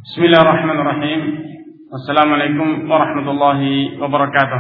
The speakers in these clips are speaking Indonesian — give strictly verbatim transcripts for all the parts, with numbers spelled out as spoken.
Bismillahirrahmanirrahim. Assalamualaikum warahmatullahi wabarakatuh.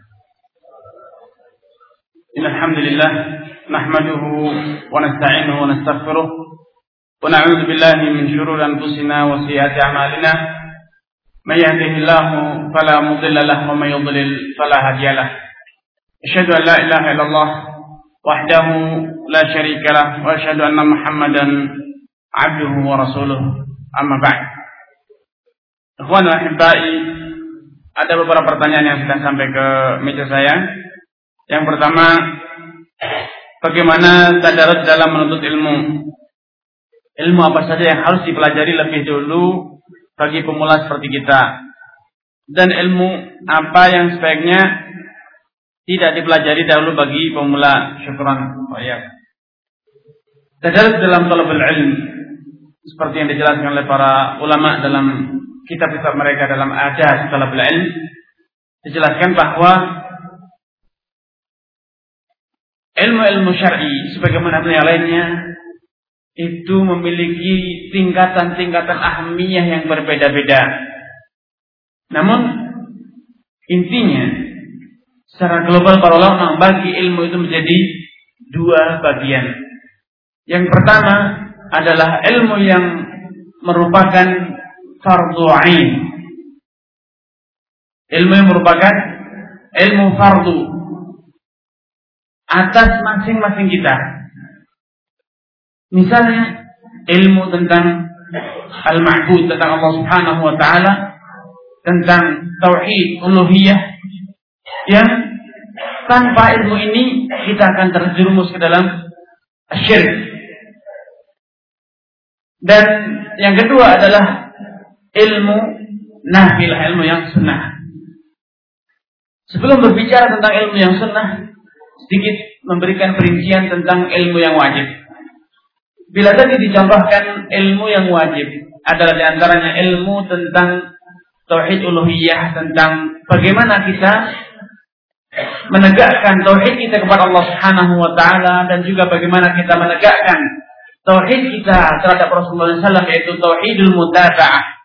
Innal hamdalillah nahmaduhu wa nasta'inuhu wa nastaghfiruh wa na'udzu billahi min shururi anfusina wa sayyiati a'malina. May yahdihillahu fala mudilla lahu wa may yudlil fala hadiya lahu. Asyhadu an la ilaha illallah wahdahu la syarika lahu wa asyhadu anna Muhammadan 'abduhu wa rasuluh. Amma ba'd. Ikhwan wa ahibbai, ada beberapa pertanyaan yang sedang sampai ke meja saya. Yang pertama, bagaimana tadarus dalam menuntut ilmu? Ilmu apa saja yang harus dipelajari lebih dulu bagi pemula seperti kita? Dan ilmu apa yang sebaiknya tidak dipelajari dahulu bagi pemula? Syukran. Oh, ya. Tadarus dalam talabul ilm, seperti yang dijelaskan oleh para ulama dalam kitab-kitab mereka dalam adab talabul ilm, dijelaskan bahwa ilmu-ilmu syar'i sebagaimana yang lainnya itu memiliki tingkatan-tingkatan ahmiyah yang berbeda-beda. Namun intinya secara global para ulama membagi ilmu itu menjadi dua bagian. Yang pertama adalah ilmu yang merupakan fardu ain. Ilmu yang merupakan ilmu fardu atas masing-masing kita. Misalnya ilmu tentang al-ma'bud, tentang Allah Subhanahu wa taala, tentang tauhid uluhiyah, yang tanpa ilmu ini kita akan terjerumus ke dalam syirik. Dan yang kedua adalah ilmu nafilah, ilmu yang sunnah. Sebelum berbicara tentang ilmu yang sunnah, sedikit memberikan perincian tentang ilmu yang wajib. Bila tadi dicontohkan ilmu yang wajib adalah diantaranya ilmu tentang tauhid uluhiyah, tentang bagaimana kita menegakkan tauhid kita kepada Allah Subhanahu wa taala, dan juga bagaimana kita menegakkan tauhid kita terhadap Rasulullah sallallahu alaihi wasallam, yaitu tauhidul mutaba'ah.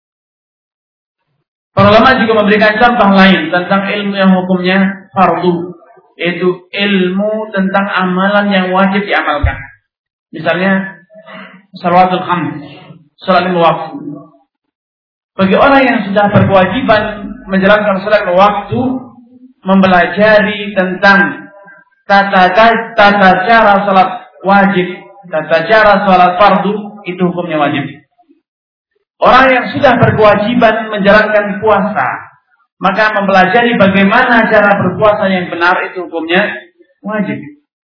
Para ulama juga memberikan contoh lain tentang ilmu yang hukumnya fardu, yaitu ilmu tentang amalan yang wajib diamalkan. Misalnya salawatul khams, salat lima waktu. Bagi orang yang sudah berkewajiban menjalankan salat lima waktu, mempelajari tentang tata tata cara salat wajib, tata cara salat fardu, itu hukumnya wajib. Orang yang sudah berkewajiban menjalankan puasa, maka mempelajari bagaimana cara berpuasa yang benar, itu hukumnya wajib.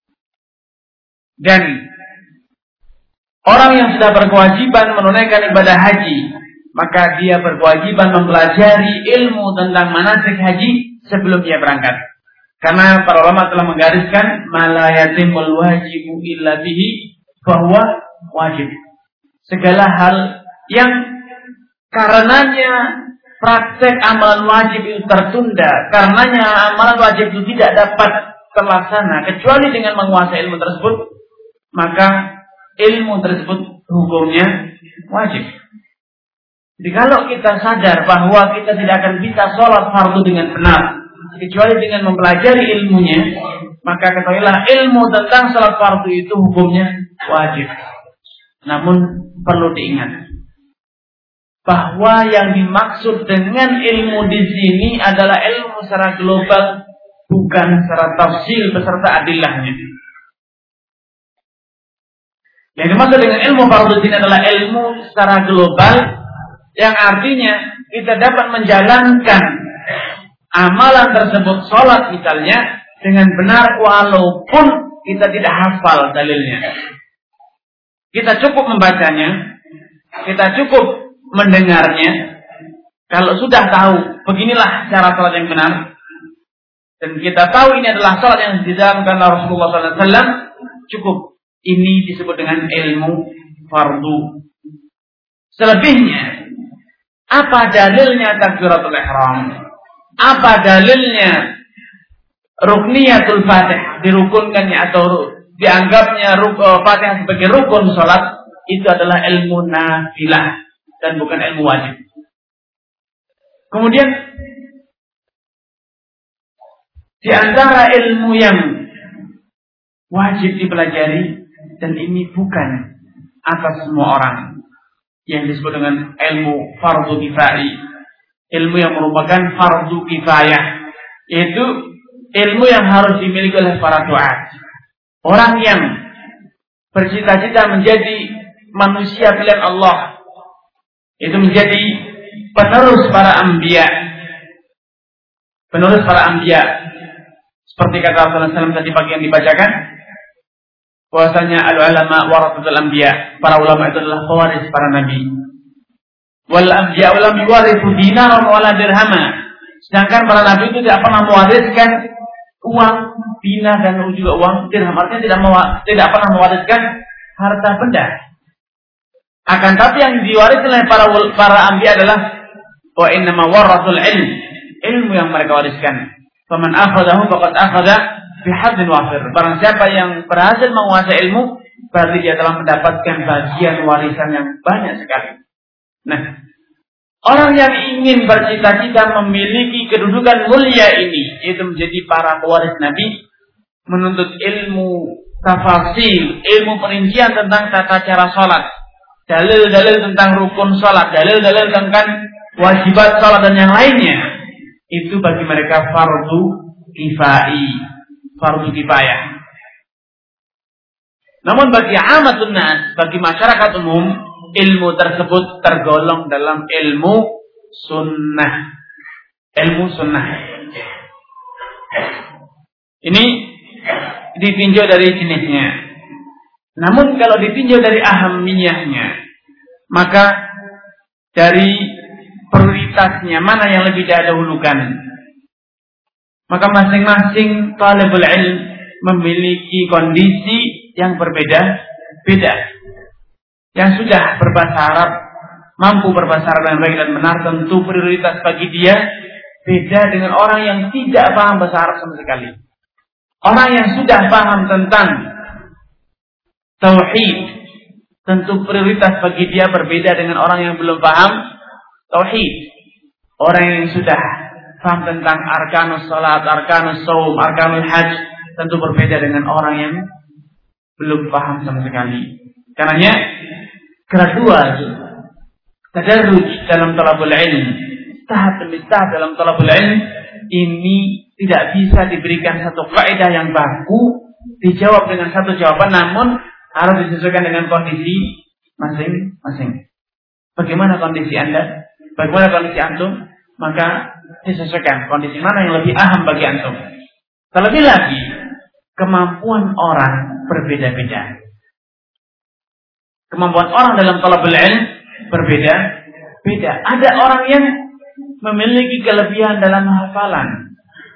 Dan orang yang sudah berkewajiban menunaikan ibadah haji, maka dia berkewajiban mempelajari ilmu tentang manasik haji sebelum dia berangkat. Karena para ulama telah menggariskan mala yatimul wajibu illa bihi bahwa wajib. Segala hal yang karenanya praktek amalan wajib itu tertunda, karenanya amalan wajib itu tidak dapat terlaksana kecuali dengan menguasai ilmu tersebut, maka ilmu tersebut hukumnya wajib. Jadi kalau kita sadar bahwa kita tidak akan bisa sholat fardu dengan benar kecuali dengan mempelajari ilmunya, maka ketahuilah ilmu tentang sholat fardu itu hukumnya wajib. Namun perlu diingat bahwa yang dimaksud dengan ilmu di sini adalah ilmu secara global, bukan secara tafsil beserta adillahnya. Yang dimaksud dengan ilmu fardu ini adalah ilmu secara global, yang artinya kita dapat menjalankan amalan tersebut, sholat misalnya, dengan benar walaupun kita tidak hafal dalilnya. Kita cukup membacanya, kita cukup mendengarnya. Kalau sudah tahu beginilah cara salat yang benar, dan kita tahu ini adalah salat yang dijalankan oleh Rasulullah sallallahu alaihi wasallam, cukup. Ini disebut dengan ilmu fardu. Selebihnya, apa dalilnya takbiratul ihram? Apa dalilnya rukniyatul fatih, dirukunkannya atau dianggapnya ruk, uh, fatih sebagai rukun salat? Itu adalah ilmu nafilah. dan bukan ilmu wajib. Kemudian di antara ilmu yang wajib dipelajari, dan ini bukan atas semua orang, yang disebut dengan ilmu fardu kifai, ilmu yang merupakan fardu kifayah, yaitu ilmu yang harus dimiliki oleh para duat, orang yang bercita-cita menjadi manusia pilihan Allah, itu menjadi penerus para anbiya, penerus para anbiya. Seperti kata Rasulullah shallallahu alaihi wasallam tadi pagi yang dibacakan, bahwasanya al-ulama warasatul anbiya, para ulama itu adalah pewaris para nabi. Wal anbiya lam yuwarithu dinaran wala dirhama. Sedangkan para nabi itu tidak pernah mewariskan uang dinar dan juga uang dirham. Artinya tidak mewa, tidak pernah mewariskan harta benda. Akan tapi yang diwarisi oleh para para anbiya adalah wa innama warasul ilm, ilmu yang mereka wariskan. Faman akhadahu faqad akhadha bihadzin wafir. Barang siapa yang berhasil menguasai ilmu, berarti dia telah mendapatkan bagian warisan yang banyak sekali. Nah, orang yang ingin bercita-cita memiliki kedudukan mulia ini, yaitu menjadi para pewaris Nabi, menuntut ilmu tafasil, ilmu perincian tentang tata cara sholat, dalil-dalil tentang rukun sholat, dalil-dalil tentang wajibat sholat dan yang lainnya, itu bagi mereka fardu kifai, fardu kifayah. Namun bagi amatun nas, bagi masyarakat umum, ilmu tersebut tergolong dalam ilmu sunnah. Ilmu sunnah. Ini ditinjau dari jenisnya. Namun kalau ditinjau dari ahamiyahnya, maka dari prioritasnya mana yang lebih didahulukan, maka masing-masing talibul ilm memiliki kondisi yang berbeda-beda. Yang sudah berbahasa Arab, mampu berbahasa Arab dengan baik dan benar, tentu prioritas bagi dia beda dengan orang yang tidak paham bahasa Arab sama sekali. Orang yang sudah paham tentang tauhid, tentu prioritas bagi dia berbeda dengan orang yang belum paham tauhid. Orang yang sudah paham tentang arkanus salat, arkanus shaum, arkanul hajj, tentu berbeda dengan orang yang belum paham sama sekali. Karenanya gradual tadarruj dalam talabul ilm, tahap demi tahap dalam talabul ilm ini tidak bisa diberikan satu kaidah yang baku dijawab dengan satu jawaban, namun harus disesuaikan dengan kondisi masing-masing. Bagaimana kondisi Anda? Bagaimana kondisi antum? Maka disesuaikan kondisi mana yang lebih aham bagi antum. Terlebih lagi, kemampuan orang berbeda-beda. Kemampuan orang dalam talabul ilm berbeda-beda. Ada orang yang memiliki kelebihan dalam hafalan,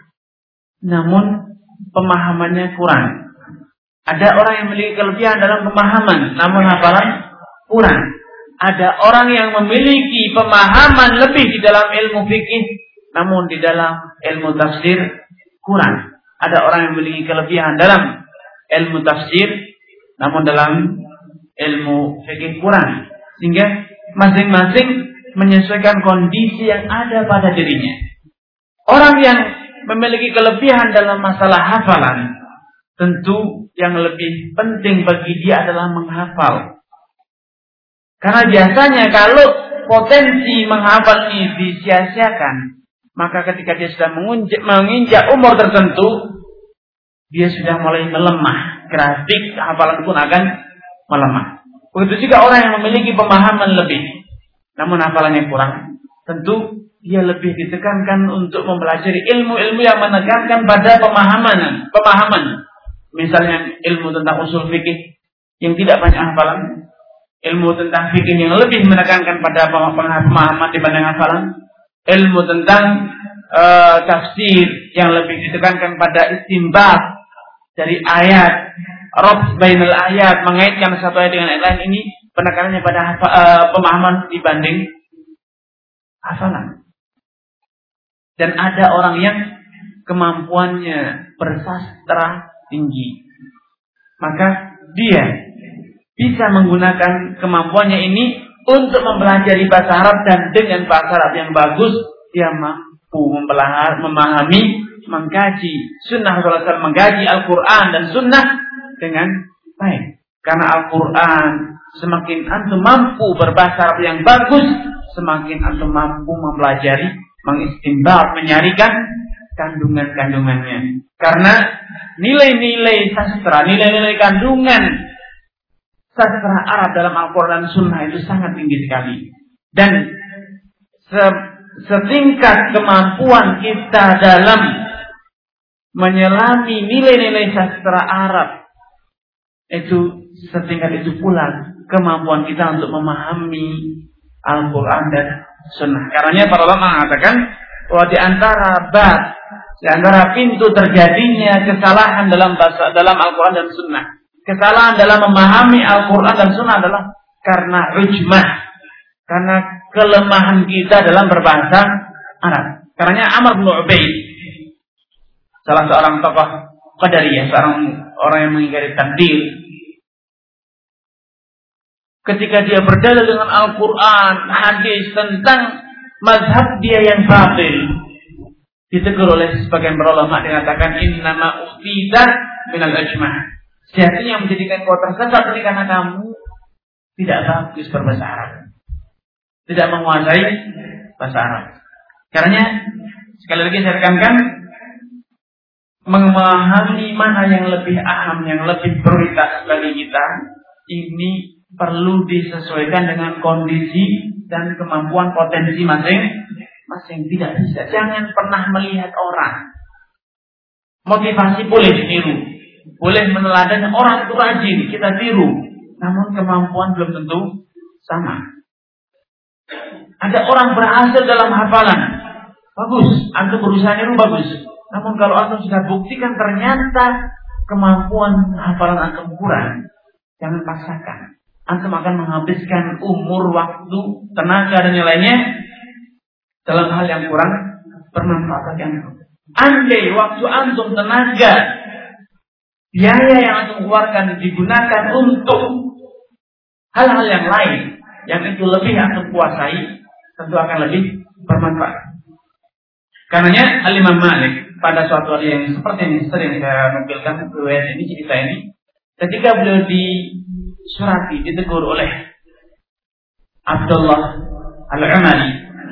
namun pemahamannya kurang. Ada orang yang memiliki kelebihan dalam pemahaman, namun hafalan kurang. Ada orang yang memiliki pemahaman lebih di dalam ilmu fikih, namun di dalam ilmu tafsir kurang. Ada orang yang memiliki kelebihan dalam ilmu tafsir, namun dalam ilmu fikih kurang. Sehingga masing-masing menyesuaikan kondisi yang ada pada dirinya. Orang yang memiliki kelebihan dalam masalah hafalan, tentu yang lebih penting bagi dia adalah menghafal. Karena biasanya kalau potensi menghafal ini disia-siakan, maka ketika dia sudah menginjak, menginjak umur tertentu, dia sudah mulai melemah. Grafik hafalan pun akan melemah. Begitu juga orang yang memiliki pemahaman lebih, namun hafalannya kurang, tentu dia lebih ditekankan untuk mempelajari ilmu-ilmu yang menekankan pada pemahaman, pemahaman. Misalnya ilmu tentang usul fikih yang tidak banyak hafalan, ilmu tentang fikih yang lebih menekankan pada pemahaman dibanding hafalan, ilmu tentang uh, tafsir yang lebih ditekankan pada istinbat dari ayat, rabt bainal ayat, mengaitkan satu ayat dengan ayat lain, ini penekanannya pada uh, pemahaman dibanding hafalan. Dan ada orang yang kemampuannya bersastra tinggi, maka dia bisa menggunakan kemampuannya ini untuk mempelajari bahasa Arab, dan dengan bahasa Arab yang bagus dia mampu mempelajari, memahami, mengkaji sunnah Rasulullah, mengkaji Al-Quran dan sunnah dengan baik. Karena Al-Quran, semakin antum mampu berbahasa Arab yang bagus, semakin antum mampu mempelajari, mengistinbat, menyarikan kandungan-kandungannya. Karena nilai-nilai sastra, nilai-nilai kandungan sastra Arab dalam Al-Quran dan Sunnah itu sangat tinggi sekali. Dan setingkat kemampuan kita dalam menyelami nilai-nilai sastra Arab, itu setingkat itu pula kemampuan kita untuk memahami Al-Quran dan Sunnah. Karena para ulama mengatakan bahwa di antara bab, di antara pintu terjadinya kesalahan dalam bahasa, dalam Al-Quran dan Sunnah, kesalahan dalam memahami Al-Quran dan Sunnah adalah karena ujmah, karena kelemahan kita dalam berbahasa Arab. Karena Amr bin Ubaid, salah seorang tokoh Qadariyah, seorang orang yang mengingkari takdir, ketika dia berdalil dengan Al-Quran, hadis tentang mazhab dia yang batil, ditegur oleh sebagian ulama, dikatakan innama uftita minal ujmah. Sejatinya yang menjadikan kau tersesat ini karena kamu tidak bagus berbahasa Arab, tidak menguasai bahasa Arab. Karena sekali lagi saya tekankan, memahami mana yang lebih aham, yang lebih prioritas bagi kita, ini perlu disesuaikan dengan kondisi dan kemampuan potensi masing-masing. Tidak bisa. Jangan pernah melihat orang. Motivasi boleh ditiru, boleh meneladani orang itu rajin, kita tiru. Namun kemampuan belum tentu sama. Ada orang berhasil dalam hafalan, bagus. Antum berusaha niru, bagus. Namun kalau antum sudah buktikan ternyata kemampuan hafalan antum kurang, jangan paksakan. Antum akan menghabiskan umur, waktu, tenaga dan yang lainnya dalam hal yang kurang bermanfaat bagi antum. Andai waktu antum, tenaga, biaya yang antum keluarkan digunakan untuk hal-hal yang lain yang itu lebih antum kuasai, tentu akan lebih bermanfaat. Karenanya Al-Imam Malik pada suatu hari yang seperti ini, sering saya nampilkan riwayat ini, cerita ini, ketika beliau di surati, ditegur oleh Abdullah Al-Umari,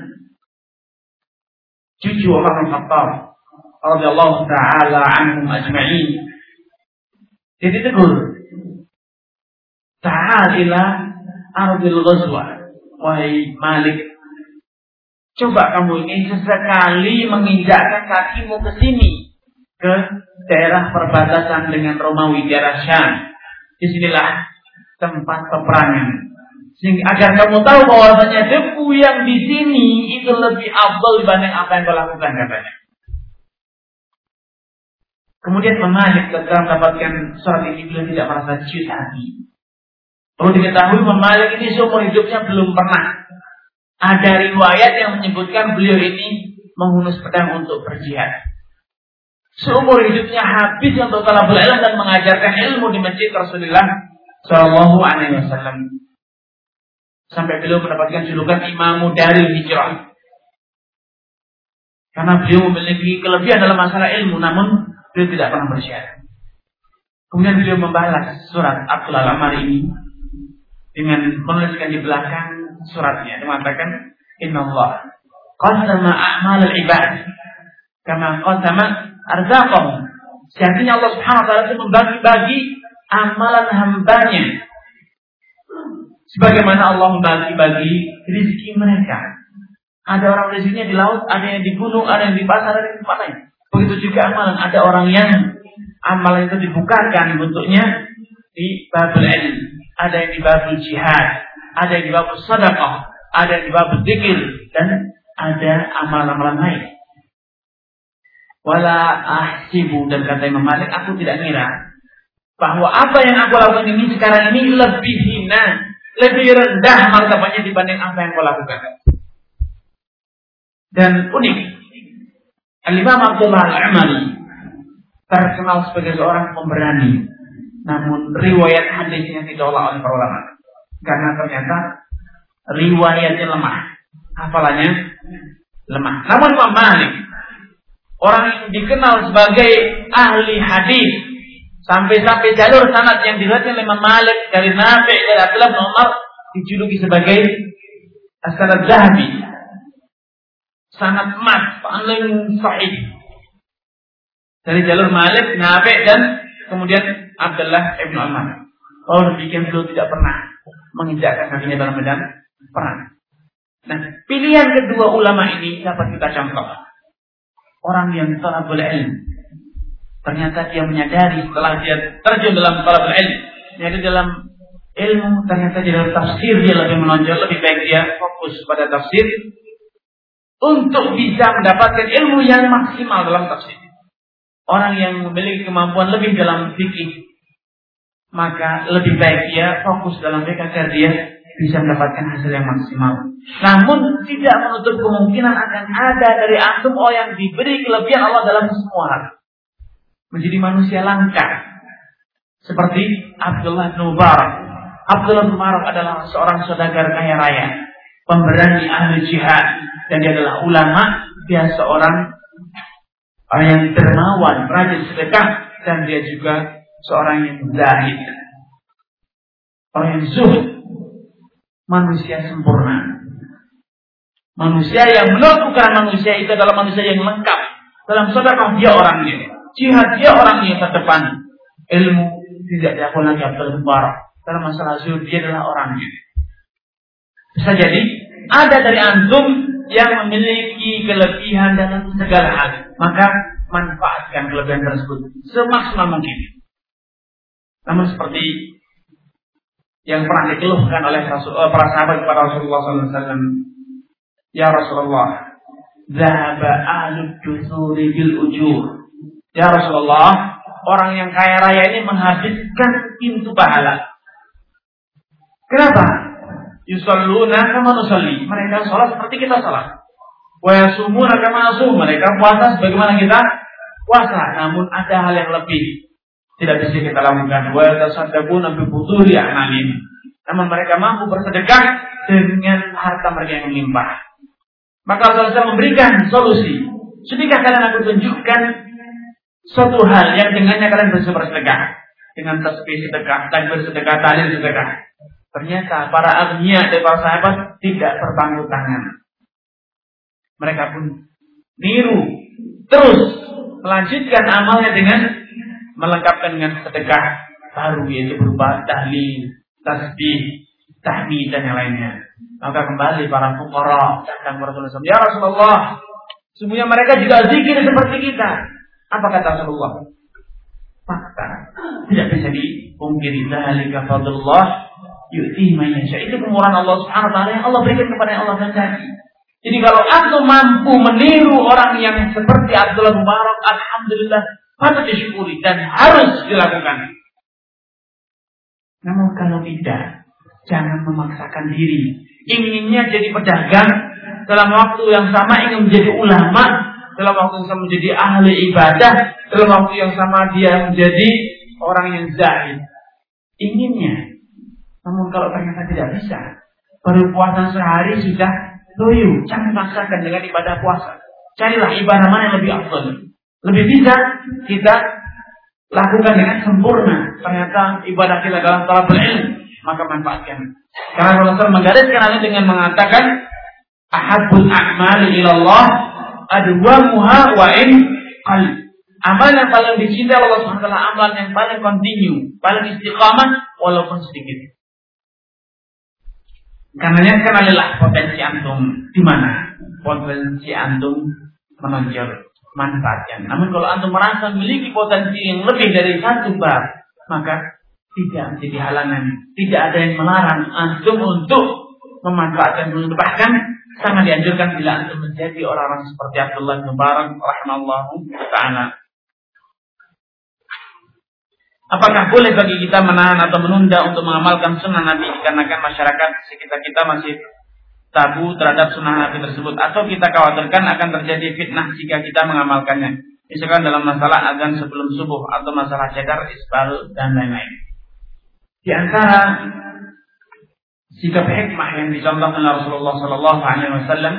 cucu Umar bin Khattab radhiyallahu taala anhum ajma'in. Dia ditegur, ta'al ila ardil ghazwa, wahai Malik, coba kamu ini sesekali menginjakkan kakimu ke sini, ke daerah perbatasan dengan Romawi, daerah Syam. Disinilah tempat peperangan, sehingga agar kamu tahu bahwasanya debu yang di sini itu lebih afdal dibanding apa yang kau lakukan, katanya. Kemudian Malik ketika mendapatkan surat ini, beliau tidak merasa ciut hati. Perlu diketahui, Malik ini seumur hidupnya belum pernah ada riwayat yang menyebutkan beliau ini menghunus pedang untuk berjihad. Seumur hidupnya habis untuk talabul ilm dan mengajarkan ilmu di masjid Rasulullah Sallallahu Alaihi Wasallam, sampai beliau mendapatkan julukan Imamu Daril Hijrah, karena beliau memiliki kelebihan dalam masalah ilmu, namun beliau tidak pernah berjihad. Kemudian beliau membalas surat Abdul Al-Amari ini dengan menuliskan di belakang suratnya, dia mengatakan, Inna Allah qasama a'mal al-ibad kama qasama arzaqahum. Sejatinya Allah Subhanahu wa taala itu membagi-bagi amalan hambanya sebagaimana Allah membagi-bagi rezeki mereka. Ada orang rezekinya di laut, ada yang di gunung, ada yang di pasar, ada yang di mana. Begitu juga amalan. Ada orang yang amalan itu dibukakan bentuknya di babul ilm, ada yang di babul jihad, ada yang di babul sedekah, ada yang di babul zikir, dan ada amalan-amalan lain. Wala ahsibu, dan kata Imam Malik, aku tidak ngira bahwa apa yang aku lakukan ini sekarang ini lebih hina, lebih rendah martabatnya dibanding apa yang aku lakukan. Dan unik, Al-Imam Abdullah Al-Umari terkenal sebagai seorang pemberani, namun riwayat hadisnya ditolak oleh para ulama karena ternyata riwayatnya lemah, hafalannya lemah. Namun Imam Malik, orang yang dikenal sebagai ahli hadis, sampai-sampai jalur sanad yang diriwayatkan oleh Imam Malik dari Nafi' dari Abdullah bin Umar dijuluki sebagai as-sanad Zahabi, sanad emas paling sahih dari jalur Malik, Nafi' dan kemudian Abdullah bin Umar. Kalau demikian beliau tidak pernah menginjakkan kakinya dalam medan perang. Nah, pilihan kedua ulama ini dapat kita contoh. Orang yang talabul ilm, ternyata dia menyadari setelah dia terjun dalam talabul ilm, yaitu dalam ilmu, ternyata di dalam tafsir dia lebih menonjol, lebih baik dia fokus pada tafsir untuk bisa mendapatkan ilmu yang maksimal dalam tafsir. Orang yang memiliki kemampuan lebih dalam fikih, maka lebih baik dia fokus dalam fikih agar dia bisa mendapatkan hasil yang maksimal. Namun tidak menutup kemungkinan akan ada dari antum oh yang diberi kelebihan Allah dalam semua hal, menjadi manusia langka, seperti Abdullah bin Mubarak. Abdullah bin Mubarak adalah seorang saudagar kaya raya, pemberani ahli jihad, dan dia adalah ulama. Dia seorang orang yang dermawan, rajin sedekah, dan dia juga seorang yang zahid, orang yang zuhud, manusia sempurna. Manusia yang menurut ukuran manusia itu adalah manusia yang lengkap. Dalam sedekah dia orangnya, jihad dia orangnya terdepan, ilmu tidak diakui lagi Abdul Mubarak. Dalam masalah zuhud dia adalah orangnya. Bisa jadi ada dari antum yang memiliki kelebihan dalam segala hal, maka manfaatkan kelebihan tersebut semaksimal mungkin. Namun seperti yang pernah dikeluhkan oleh Rasul, para sahabat kepada Rasulullah sallallahu alaihi wasallam, ya Rasulullah, zahaba ahlud dusuri bil ujur. Ya Rasulullah, orang yang kaya raya ini menghabiskan pintu pahala. Kenapa? Yusalluna kama nusalli. Mereka sholat seperti kita sholat. Wa yasumuna kama nasum. Mereka puasa sebagaimana kita puasa. Namun ada hal yang lebih tidak bisa kita lakukan. Wa yatasaddaquna bi buturi a'malihim. Namun mereka mampu bersedekah dengan harta mereka yang melimpah. Maka Allah memberikan solusi. Sudahkah kalian aku tunjukkan suatu hal yang dengannya kalian bisa bersedekah, dengan tasbih sedekah, takbir sedekah, tahlil sedekah. Ternyata para agnia dari para sahabat tidak berpangku tangan. Mereka pun niru, terus melanjutkan amalnya dengan melengkapkan dengan sedekah baru, yaitu berupa tahlil, tasbih, tahmid dan yang lainnya. Maka kembali para fuqara datang kepada Rasulullah, ya Rasulullah, semuanya mereka juga zikir seperti kita. Apa kata Rasulullah? Fakta, tidak bisa dipungkiri, dzalika fadlullah yu'tihi man yasha. Itu kemurahan Allah Subhanahu wa taala yang Allah berikan kepada yang Allah kehendaki. Jadi kalau antum mampu meniru orang yang seperti Abdullah bin Mubarak, alhamdulillah, patut disyukuri dan harus dilakukan. Namun kalau tidak, jangan memaksakan diri. Inginnya jadi pedagang, dalam waktu yang sama ingin menjadi ulama, dalam waktu yang sama menjadi ahli ibadah, dalam waktu yang sama dia menjadi orang yang zahid. Inginnya. Namun kalau ternyata tidak bisa, baru puasa sehari sudah loyo, jangan paksakan dengan ibadah puasa. Carilah ibadah mana yang lebih afdal, lebih bisa kita lakukan dengan sempurna. Ternyata ibadah kita dalam talabul ilm, maka manfaatkan. Karena Rasul menggariskan hal dengan mengatakan ahabbul a'mali ilallah adwamuha wa in qal. Amal yang paling dicintai Allah Subhanahu wa taala, amal yang paling kontinu, paling istiqamah walaupun sedikit. Karenanya kenalilah potensi antum di mana potensi antum menonjol, manfaatkan. Namun kalau antum merasa memiliki potensi yang lebih dari satu bab, maka tidak menjadi halangan, tidak ada yang melarang antum untuk memanfaatkan dulu. Bahkan sangat dianjurkan bila antum menjadi orang-orang seperti Abdullah bin Mubarak rahimahullahu taala. Apakah boleh bagi kita menahan atau menunda untuk mengamalkan sunnah Nabi dikarenakan masyarakat sekitar kita masih tabu terhadap sunnah Nabi tersebut, atau kita khawatirkan akan terjadi fitnah jika kita mengamalkannya, misalkan dalam masalah azan sebelum subuh atau masalah cadar, isbal dan lain-lain. Di antara sikap hikmah yang dicontohkan oleh Rasulullah Sallallahu Alaihi Wasallam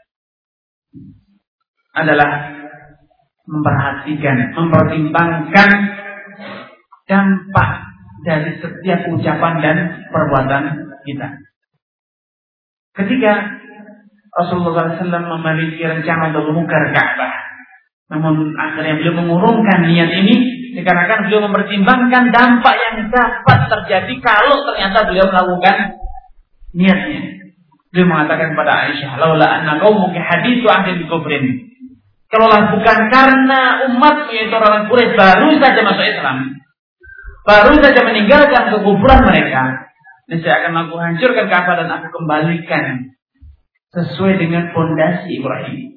adalah memperhatikan, mempertimbangkan dampak dari setiap ucapan dan perbuatan kita. Ketika Rasulullah Sallallahu Alaihi Wasallam memiliki rencana untuk membongkar Ka'bah, namun akhirnya beliau mengurungkan niat ini dikarenakan beliau mempertimbangkan dampak yang dapat terjadi kalau ternyata beliau melakukan niatnya. Beliau mengatakan kepada Aisyah, "Laula anna qaumuki haditsu ahdin bi kufrin." Kalaulah bukan karena umat yaitu orang Quraisy baru saja masuk Islam, baru saja meninggalkan kekufuran mereka, niscaya akan aku hancurkan Ka'bah dan aku kembalikan sesuai dengan fondasi Ibrahim.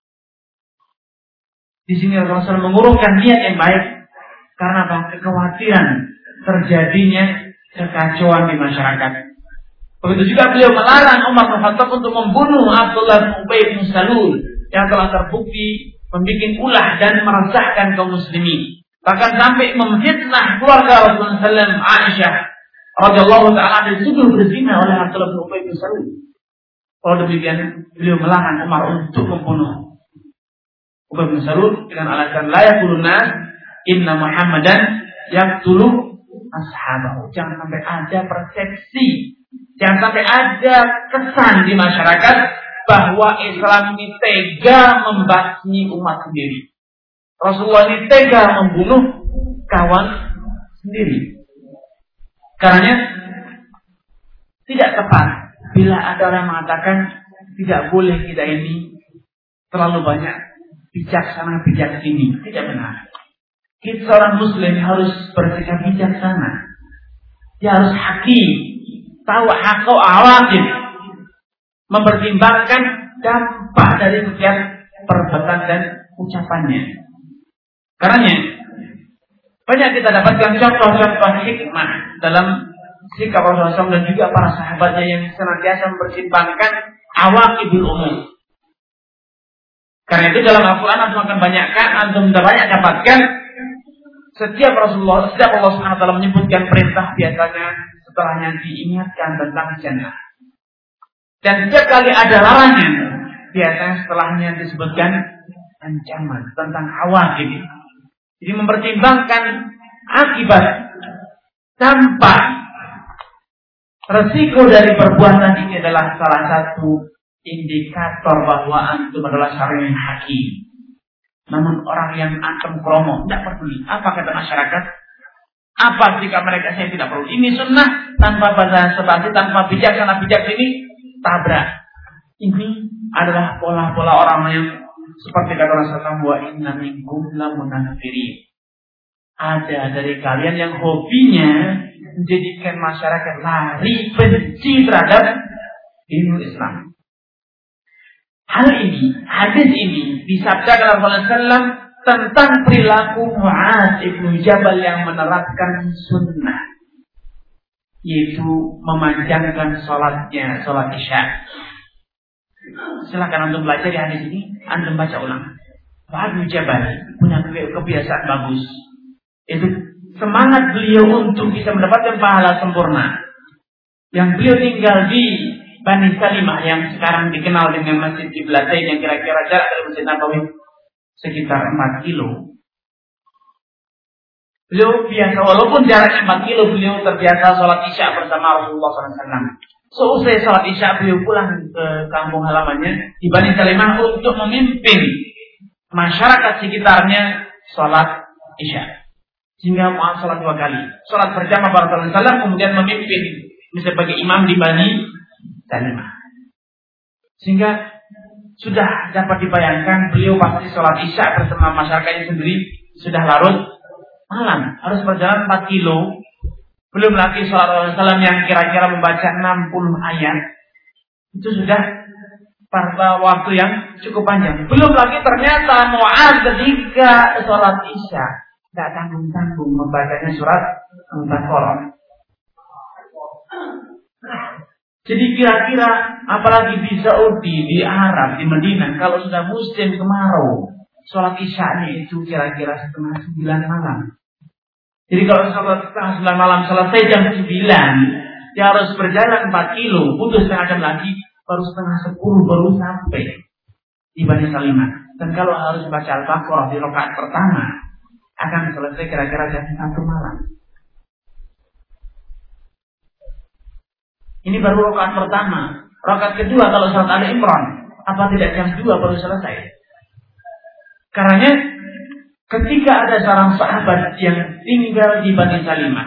Di sini Rasulullah mengurungkan niat yang baik karena apa? Kekhawatiran terjadinya kekacauan di masyarakat. Begitu juga beliau melarang Umar bin Khattab untuk membunuh Abdullah bin Ubay bin Salul yang telah terbukti membuat ulah dan meresahkan kaum muslimin. Bahkan sampai memfitnah keluarga Rasulullah sallallahu alaihi wasallam Aisyah radhiyallahu taala dituduh berzina oleh Abdullah bin Ubay bin Salul. Kalau demikian beliau melarang Umar untuk membunuh Ubay bin Salul dengan alasan la yaquluna inna Muhammadan yaqtulu ashabahu. Jangan sampai ada persepsi, jangan sampai ada kesan di masyarakat bahwa Islam ini tega membasmi umat sendiri. Rasulullah ini tega membunuh kawan sendiri. Karenanya tidak tepat bila ada orang mengatakan tidak boleh kita ini terlalu banyak bijaksana bijak sini. Tidak benar. Kita seorang muslim harus bersikap bijaksana. Dia harus hakim, tahu hakau awakib, mempertimbangkan dampak dari setiap perbuatan dan ucapannya. Karenanya banyak kita dapatkan contoh-contoh hikmah dalam sikap Rasulullah shallallahu alaihi wasallam dan juga para sahabatnya yang senantiasa mempertimbangkan awaqibul umum. Karena itu dalam Al-Quran antum akan banyakkan, antum banyak dapatkan setiap Rasulullah, setiap Allah subhanahu wa taala menyebutkan perintah biasanya setelahnya diingatkan tentang jannah. Dan setiap kali ada larangan, biasanya setelahnya disebutkan ancaman tentang awaqib. Jadi mempertimbangkan akibat, dampak, resiko dari perbuatan ini adalah salah satu indikator bahwa antum adalah seorang yang hakim. Namun orang yang antum kromo, tidak peduli apa kata masyarakat, apa jika mereka saya tidak perlu. Ini sunnah tanpa bahasa basi, tanpa bijaksana bijak ini tabrak. Ini adalah pola-pola orang yang seperti kata Rasulullah wa inna minkum lamunafirin. Ada dari kalian yang hobinya menjadikan masyarakat lari benci terhadap dinul Islam. Hal ini, hadis ini disabdakan Rasulullah sallallahu alaihi wasallam tentang perilaku Mu'adz ibnu Jabal yang menerapkan sunnah, yaitu memanjangkan sholatnya, sholat isya. Silakan antum belajar di hadis ini, antum baca ulang. Mu'adz bin Jabal punya kebiasaan bagus, itu semangat beliau untuk bisa mendapatkan pahala sempurna. Yang beliau tinggal di Bani Salimah yang sekarang dikenal dengan Masjid Qiblatain yang kira-kira jarak dari Masjid Nabawi sekitar empat kilo. Beliau biasa, walaupun jaraknya empat kilo, beliau terbiasa sholat isya bersama Rasulullah shallallahu alaihi wasallam. Seusai sholat isya beliau pulang ke kampung halamannya di Bani Salimah untuk memimpin masyarakat sekitarnya sholat isya. Sehingga Mu'adz sholat dua kali, sholat berjamaah Rasulullah shallallahu alaihi wasallam, kemudian memimpin sebagai imam di Bani Salimah. Sehingga sudah dapat dibayangkan beliau pasti sholat isya bersama masyarakatnya sendiri sudah larut malam, harus berjalan empat kilo. Belum lagi sholat Rasulullah shallallahu alaihi wasallam yang kira-kira membaca enam puluh ayat. Itu sudah pada waktu yang cukup panjang. Belum lagi ternyata Mu'adz ketika sholat isya tidak tanggung-tanggung membacanya surat Al-Baqarah. Jadi kira-kira apalagi di Saudi, di Arab, di Madinah, kalau sudah musim kemarau, sholat isya-nya itu kira-kira setengah sembilan malam. Jadi kalau sholat setengah sembilan malam selesai jam sembilan, dia harus berjalan empat kilo, butuh setengah jam lagi, baru setengah sepuluh baru sampai di Bani Salimah. Dan kalau harus baca Al-Baqarah di rakaat pertama, akan selesai kira-kira jam satu malam. Ini baru rakaat pertama. Rakaat kedua kalau salat Ali Imran, apa tidak jam dua baru selesai? Karena ketika ada seorang sahabat yang tinggal di Bani Salimah,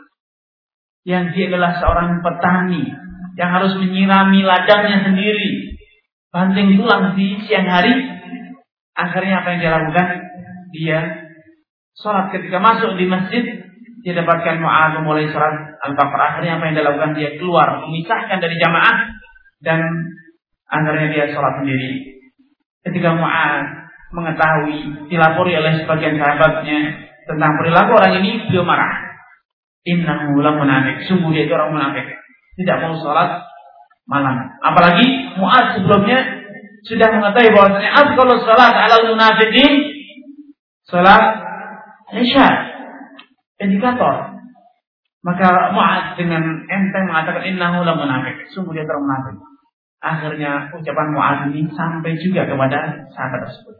yang dia adalah seorang petani yang harus menyirami ladangnya sendiri, banting tulang di siang hari, akhirnya apa yang dia lakukan? Dia sholat. Ketika masuk di masjid, dia dapatkan Mu'adz mulai sholat Al-Baqarah. Akhirnya apa yang dia lakukan? Dia keluar, memisahkan dari jamaah, dan akhirnya dia sholat sendiri. Ketika Mu'adz mengetahui, dilapori oleh sebagian sahabatnya tentang perilaku orang ini, beliau marah. Innahu la munafik, sungguh dia itu orang munafik, tidak mau sholat malam. Apalagi Mu'adz sebelumnya sudah mengetahui bahwasanya afdhalus sholat alal munafiqin sholat isya, indikator. Maka Mu'adz dengan enteng mengatakan innahu la munafik, sungguh dia orang munafik. Akhirnya ucapan Mu'adz ini sampai juga kepada sahabat tersebut.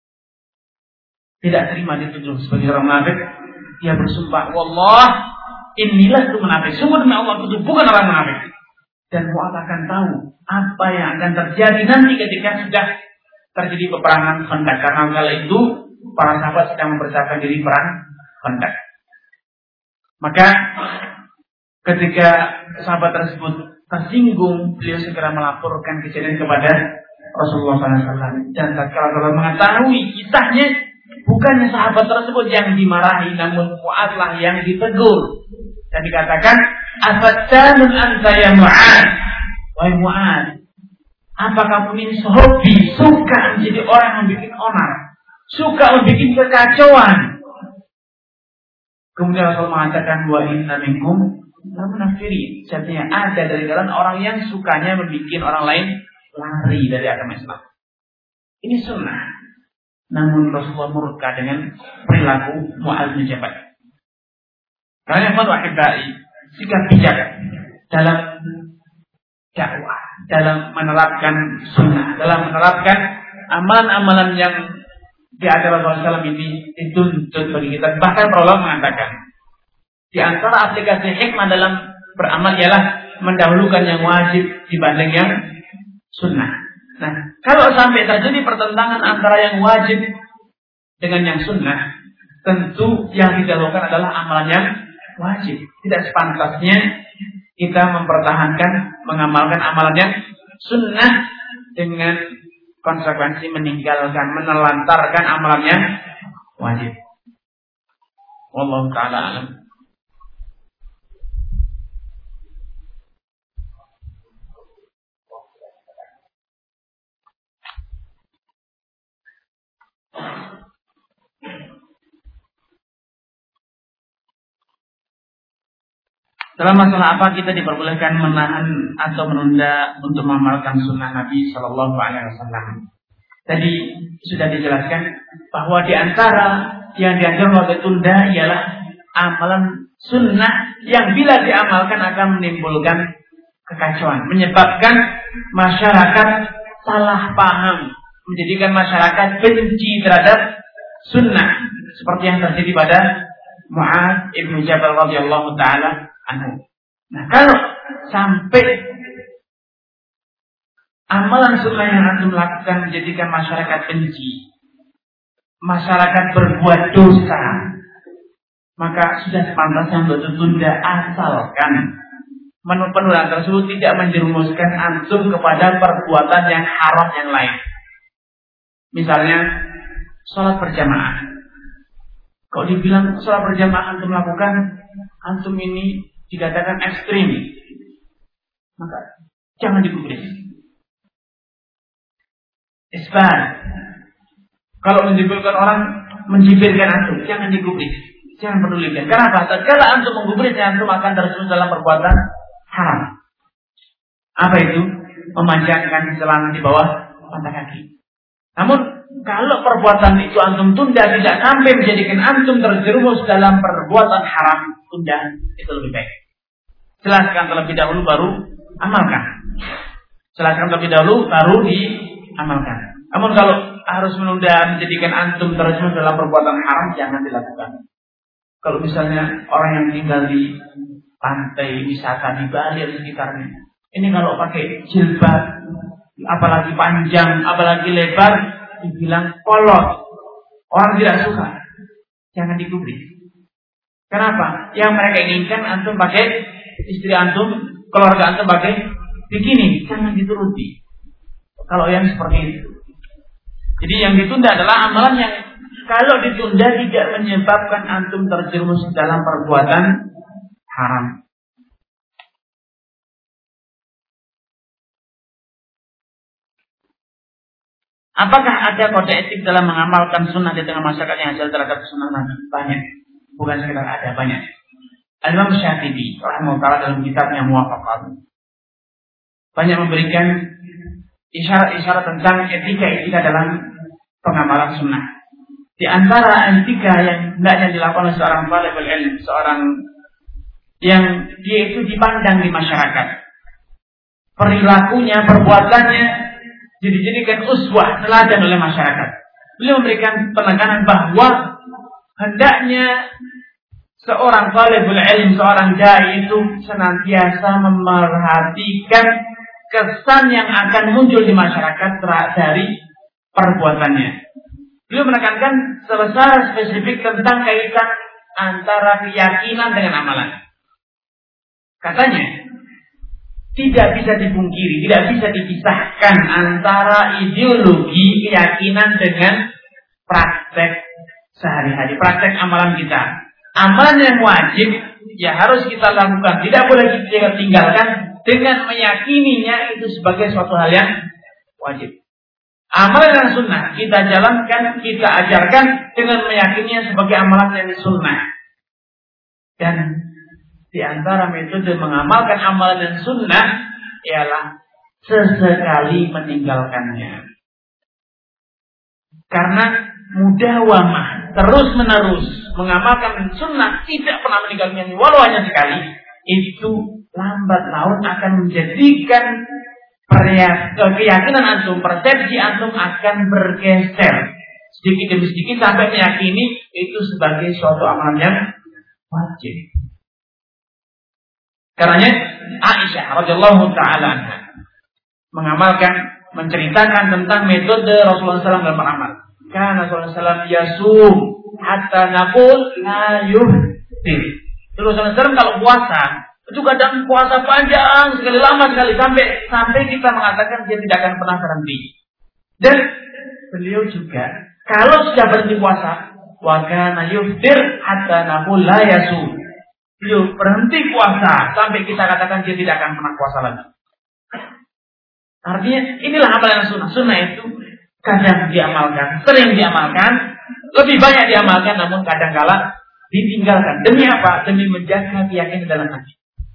Tidak terima dituduh sebagai orang munafik, dia bersumpah, wallah inilah itu munafik. Sungguh demi Allah itu bukan orang munafik. Dan Mu'adz akan tahu apa yang akan terjadi nanti ketika sudah terjadi peperangan Khandaq. Karena kala itu para sahabat sedang mempersiapkan diri perang Khandaq. Maka ketika sahabat tersebut tersinggung, beliau segera melaporkan kejadian kepada Rasulullah shallallahu alaihi wasallam. Dan tatkala Rasulullah mengetahui kisahnya, bukannya sahabat tersebut yang dimarahi, namun Mu'adzlah yang ditegur. Dan dikatakan, afattanun anta ya Mu'adz. Wahai Mu'adz, apa kamu ini hobi, suka menjadi orang yang bikin onar, suka membuat kekacauan? Kemudian Rasul mengatakan, wa inna minkum la munafirin. Artinya ada dari kalian orang yang sukanya membuat orang lain lari dari agama Islam. Ini sunnah. Namun Rasulullah murka dengan perilaku Mu'adz bin Jabal. Karena yang wahibai sikap bijak dalam dakwah, dalam menerapkan sunnah, dalam menerapkan amalan-amalan yang diajar Rasulullah shallallahu alaihi wasallam ini dituntut bagi kita. Bahkan para ulama mengatakan, di antara aplikasi hikmah dalam beramal ialah mendahulukan yang wajib dibanding yang sunnah. Nah, kalau sampai terjadi pertentangan antara yang wajib dengan yang sunnah, tentu yang didahulukan adalah amalan yang wajib. Tidak sepantasnya kita mempertahankan, mengamalkan amalan yang sunnah dengan konsekuensi meninggalkan, menelantarkan amalan yang wajib. Wallahu ta'ala alam. Dalam masalah apa kita diperbolehkan menahan atau menunda untuk mengamalkan sunnah Nabi Shallallahu Alaihi Wasallam? Tadi sudah dijelaskan bahwa di antara yang dianjurkan untuk tunda ialah amalan sunnah yang bila diamalkan akan menimbulkan kekacauan, menyebabkan masyarakat salah paham, menjadikan masyarakat benci terhadap sunnah, seperti yang terjadi pada Mu'adz ibn Jabal radhiyallahu taala anhu. Nah, kalau sampai amalan sunnah yang antum lakukan menjadikan masyarakat benci, masyarakat berbuat dosa, maka sudah sepantasnya untuk ditunda, asalkan penundaan tersebut tidak menjerumuskan antum kepada perbuatan yang haram yang lain. Misalnya sholat berjamaah. Kalau dibilang sholat berjamaah antum lakukan, antum ini dikatakan ekstrim, maka jangan digubris. Isbar. Kalau menjibirkan orang, menjibirkan antum, jangan digubris, jangan pedulikan. Kenapa? Tatkala antum menggubris, antum akan terjerumus dalam perbuatan haram. Apa itu? Memanjangkan celana di bawah mata kaki. Namun kalau perbuatan itu antum tunda tidak sampai menjadikan antum terjerumus dalam perbuatan haram, tunda itu lebih baik. Jelaskan terlebih dahulu baru amalkan. Jelaskan terlebih dahulu baru diamalkan. Namun kalau harus menunda menjadikan antum terjun dalam perbuatan haram, jangan dilakukan. Kalau misalnya orang yang tinggal di pantai wisata di Bali dan sekitarnya, ini kalau pakai jilbab, apalagi panjang, apalagi lebar, dibilang kolot. Orang tidak suka. Jangan dikubri. Kenapa? Yang mereka inginkan antum pakai, istri antum, keluarga antum pakai bikini. Jangan dituruti. Kalau yang seperti itu. Jadi yang ditunda adalah amalan yang kalau ditunda tidak menyebabkan antum terjerumus dalam perbuatan haram. Apakah ada kode etik dalam mengamalkan sunnah di tengah masyarakat yang hasil terhadap sunnah Nabi? Banyak. Bukan sekedar ada, banyak. Al-Imam Syatibi rahimahullah dalam kitabnya Muwafaqat banyak memberikan isyarat-isyarat tentang etika-etika dalam pengamalan sunnah. Di antara etika yang hendaknya dilakukan oleh seorang talibul ilm, seorang yang dia itu dipandang di masyarakat, perilakunya, perbuatannya dijadikan uswah, teladan oleh masyarakat. Beliau memberikan penekanan bahwa hendaknya seorang talibul ilm, seorang dai itu senantiasa memerhatikan kesan yang akan muncul di masyarakat dari perbuatannya. Beliau menekankan sebesar spesifik tentang kaitan antara keyakinan dengan amalan. Katanya, tidak bisa dipungkiri, tidak bisa dipisahkan antara ideologi keyakinan dengan praktek sehari-hari, praktek amalan kita. Amalan yang wajib ya harus kita lakukan, tidak boleh kita tinggalkan dengan meyakininya itu sebagai suatu hal yang wajib. Amalan yang sunnah kita jalankan, kita ajarkan dengan meyakininya sebagai amalan yang sunnah. Dan di antara metode mengamalkan amalan yang sunnah ialah sesekali meninggalkannya. Karena mudawamah, terus menerus mengamalkan sunnah, tidak pernah meninggalkannya walau hanya sekali, itu lambat laun akan menjadikan keyakinan antum, persepsi antum akan bergeser sedikit demi sedikit sampai meyakini itu sebagai suatu amalan yang wajib. Karenanya Aisyah radhiyallahu taala anha mengamalkan, menceritakan tentang metode Rasulullah shallallahu alaihi wasallam dalam beramal. Karena Rasulullah shallallahu alaihi wasallam yasum hatta naqul la yuftir. Rasulullah shallallahu alaihi wasallam kalau puasa itu kadang puasa panjang sekali, lama sekali, sampai sampai kita mengatakan dia tidak akan pernah berhenti. Dan beliau juga kalau sudah berhenti puasa, wa kana yuftir hatta naqul la yasum. Beliau berhenti puasa sampai kita katakan dia tidak akan pernah puasa lagi. Artinya inilah amalan sunnah. Sunnah itu kadang diamalkan, sering diamalkan, lebih banyak diamalkan, namun kadang-kala ditinggalkan. Demi apa? Demi menjaga keyakinan dalam hati.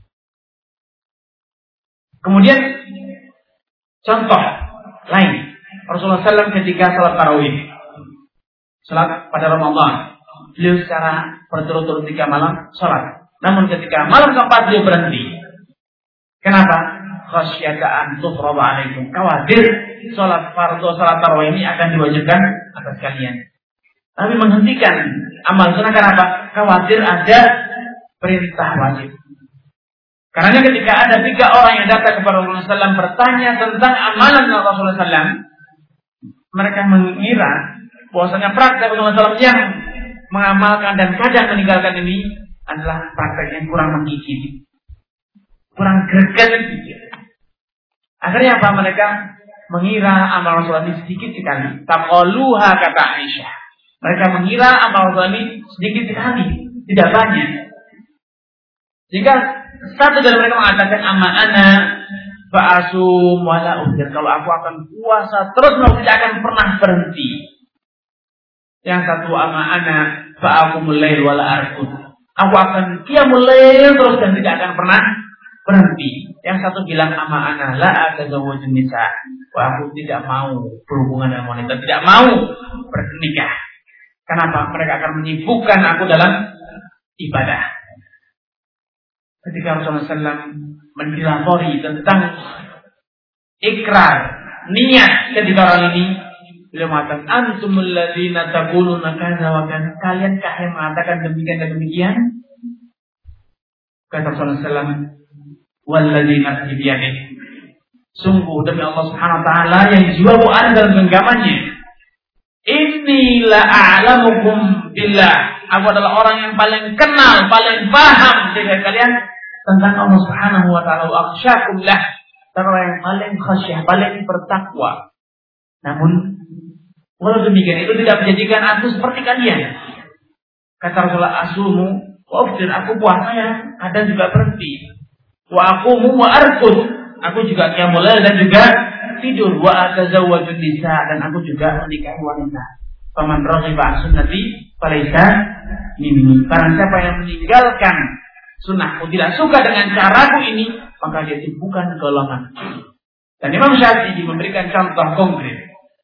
Kemudian contoh lain, Rasulullah shallallahu alaihi wasallam ketika salat tarawih, salat pada Ramadan, beliau secara berturut-turut tiga malam salat. Namun ketika malam keempat beliau berhenti. Kenapa? Khasyata an tufrada alaikum. Khawatir salat fardhu, salat tarawih ini akan diwajibkan atas kalian. Tapi menghentikan amal sunnah kenapa? Khawatir ada perintah wajib. Karena ketika ada tiga orang yang datang kepada Rasulullah shallallahu alaihi wasallam bertanya tentang amalan Rasulullah shallallahu alaihi wasallam, mereka mengira bahwasanya praktek Rasulullah shallallahu alaihi wasallam yang mengamalkan dan kadang meninggalkan ini adalah praktek yang kurang menggigit, kurang greget. Akhirnya apa? Mereka mengira amal Rasulullah ini sedikit sekali. Taqaluha kata Aisyah. Mereka mengira amal Rasulullah ini sedikit sekali, tidak banyak. Jika satu dari mereka mengatakan amma ana fa'asum wala uftir, kalau aku akan puasa terus tidak akan pernah berhenti. Yang satu amma ana fa'akumul lail wala arqud, aku akan qiyamul lail terus dan tidak akan pernah berhenti. Yang satu bilang amma ana la atazawwajun nisa, aku tidak mau berhubungan dengan wanita, tidak mau bernikah. Kenapa? Mereka akan menyibukkan aku dalam ibadah. ketika Rasulullah shallallahu alaihi wasallam mendilapori tentang ikrar, niat ketika orang ini, beliau mengatakan, antumul ladzina taquluna kadza wa kadza, kalian kah yang mengatakan demikian dan demikian? Kata Rasulullah shallallahu alaihi wasallam, wallazi nafsi biyadihi, sungguh demi Allah Subhanahu wa taala yang jiwaku ada dalam genggamannya, inni la a'lamukum billah, aku adalah orang yang paling kenal, paling paham dengan kalian tentang Allah Subhanahu wa taala, wa akhsyakum lah, orang yang paling khasyah, paling bertakwa. Namun walau demikian itu tidak menjadikan aku seperti kalian. Kata Rasulullah, asumu wa uftir, aku puasa ya, kadang juga berhenti. Wa aqumu wa arqud, aku juga qiyamul lail dan juga tidur. Wa atazawwajun nisa, dan aku juga menikahi wanita. Faman raghiba an sunnati falaysa minni, barang siapa yang meninggalkan sunnahku, tidak suka dengan caraku ini, maka dia itu bukan golongan. Dan Imam Syafi'i memberikan contoh konkret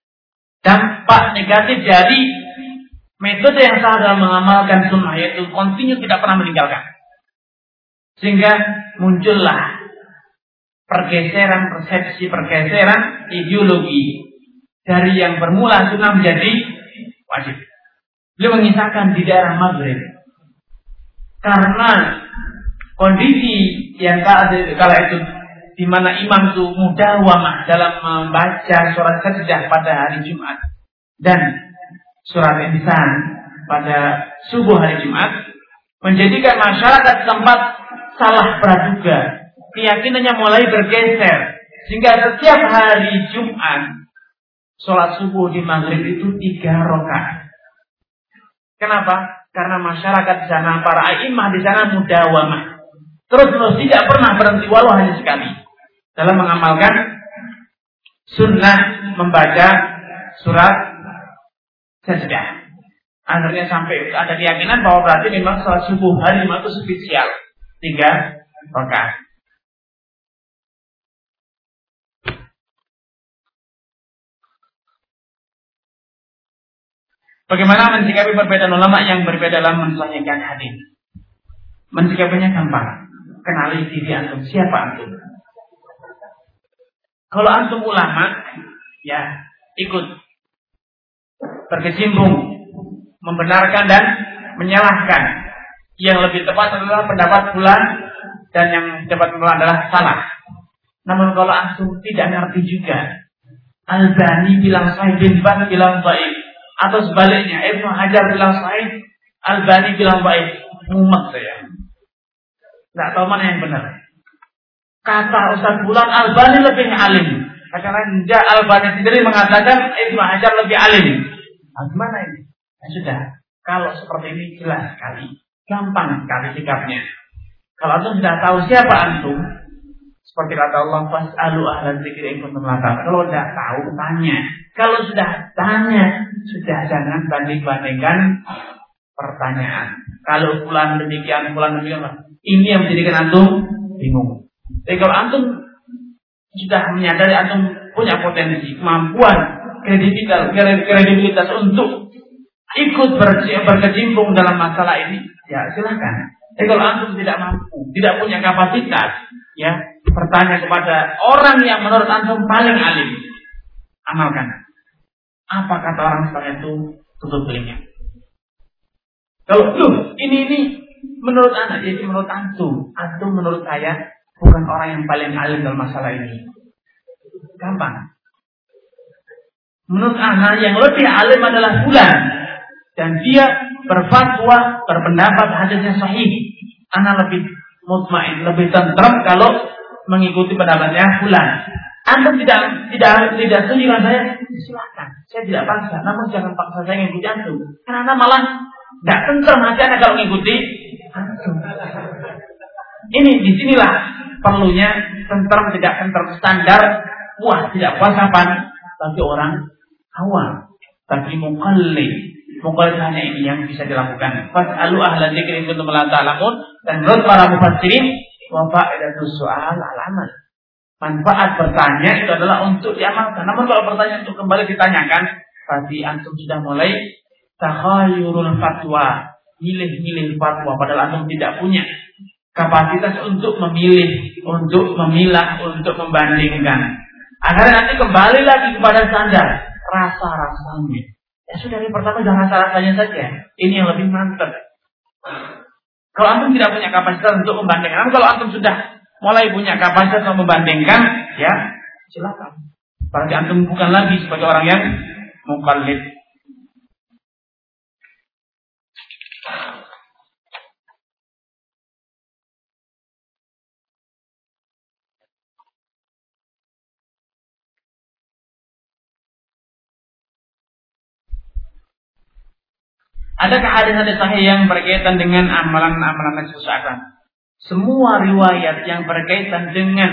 dampak negatif dari metode yang salah dalam mengamalkan sunnah, yaitu kontinu tidak pernah meninggalkan. Sehingga muncullah pergeseran persepsi, pergeseran ideologi dari yang bermula sunnah menjadi wajib. Beliau mengisahkan di daerah Maghrib, karena kondisi yang kala itu di mana imam itu mudawamah dalam membaca surat Sajdah pada hari Jumat dan surat Insan pada subuh hari Jumat, menjadikan masyarakat tempat salah praduga, keyakinannya mulai bergeser, sehingga setiap hari Jumat sholat subuh di Maghrib itu tiga rakaat. Kenapa? Karena masyarakat di sana, para a'imah di sana mudawamah, terus-terus tidak pernah berhenti walau hanya sekali dalam mengamalkan sunnah membaca surat Sajdah. Akhirnya sampai ada keyakinan bahwa berarti memang sholat subuh hari Jumat itu spesial, tiga rakaat. Bagaimana mensikapi perbedaan ulama yang berbeda dalam mensahihkan hadis? Mensikapinya gampang. Kenali diri antum, siapa antum. Kalau antum ulama, ya ikut berkecimpung membenarkan dan menyalahkan. Yang lebih tepat adalah pendapat fulan, dan yang dapat fulan adalah salah. Namun kalau antum tidak ngerti juga, Albani bilang sahih, bin Baz bilang baik, atau sebaliknya Ibnu Hajar bilang sahih, Albani bilang baik, mumet saya. Tidak tahu mana yang benar. Kata Ustaz Bulan, Albani lebih alim. Karena Albani sendiri mengatakan Ibnu Hajar lebih alim. Nah, gimana ini? Ya sudah, kalau seperti ini jelas sekali, gampang sekali sikapnya. Kalau antum sudah tahu siapa antum, seperti kata Allah, fas'alu ahlan dzikri in kuntum la ta'lamun. Kalau sudah tahu, tanya. Kalau sudah tanya, sudah jangan banding-bandingkan pertanyaan. Kalau fulan demikian, fulan demikian, ini yang menjadikan antum bingung. Jadi kalau antum sudah menyadari antum punya potensi, kemampuan, kredibilitas, kredibilitas untuk ikut berkecimpung dalam masalah ini, ya silakan. Tapi kalau antum tidak mampu, tidak punya kapasitas, ya bertanya kepada orang yang menurut antum paling alim, amalkan. Apa kata orang seperti itu, tutup telinga. Kalau tuh ini ini menurut anak, jadi menurut antum, antum menurut saya bukan orang yang paling alim dalam masalah ini. Gampang. Menurut anak yang lebih alim adalah fulan, dan dia berfatwa, berpendapat hadisnya sahih. Anak lebih mutmain, lebih tenteram kalau mengikuti pendapatnya fulan. Anda tidak tidak tidak setuju dengan saya, silakan. Saya tidak paksa, namun jangan paksa saya mengikuti antum. Karena malah tidak tenteram hati Anda kalau mengikuti antum. Ini disinilah perlunya tenteram tidak tenteram standar, puas tidak puas apa bagi orang awam, bagi mukallid. Mukallid hanya ini yang bisa dilakukan. Fas'alu ahla dzikri in kuntum la ta'lamun, dan menurut para mufassirin wa fa'idatus su'al al-amal. Manfaat bertanya itu adalah untuk diamalkan. Namun kalau pertanyaan itu kembali ditanyakan, berarti antum sudah mulai takhayurul fatwa, milih-milih fatwa padahal antum tidak punya kapasitas untuk memilih, untuk memilah, untuk membandingkan. Akhirnya nanti kembali lagi kepada standar rasa-rasanya. Ya sudah, dari pertama jangan rasa-rasanya saja. Ini yang lebih mantap. Kalau antum tidak punya kapasitas untuk membandingkan, kalau antum sudah mulai punya kapasitas untuk membandingkan, ya silakan. Berarti antum bukan lagi sebagai orang yang muqallid. Adakah hadis-hadis sahih yang berkaitan dengan amalan-amalan nisfu Sya'ban? Semua riwayat yang berkaitan dengan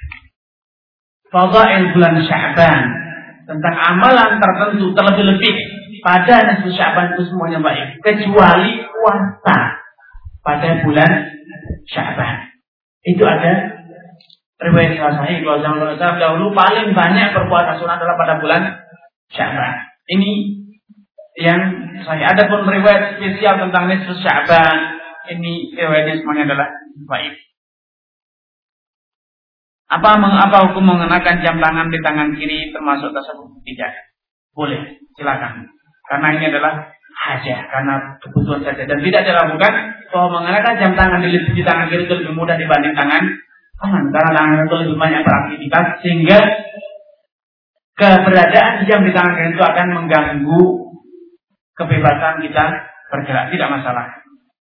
fadail bulan Sya'ban, tentang amalan tertentu terlebih-lebih pada nisfu Sya'ban itu semuanya baik, kecuali puasa pada bulan Sya'ban. Itu ada riwayat sahih kalau zaman dahulu paling banyak berpuasa sunnah adalah pada bulan Sya'ban. Ini yang saya ada pun riwayat spesial tentang nisfu Sya'ban, ini riwayatnya semuanya adalah baik. Apa apa hukum mengenakan jam tangan di tangan kiri termasuk tasawuf? Tidak. Boleh, silakan. Karena ini adalah hajah, karena kebutuhan saja, dan tidak dilakukan bahwa mengenakan jam tangan di, di tangan kiri itu lebih mudah dibanding tangan kanan, karena tangan itu lebih banyak beraktivitas, sehingga keberadaan jam di tangan kiri itu akan mengganggu kebebasan kita bergerak. Tidak masalah.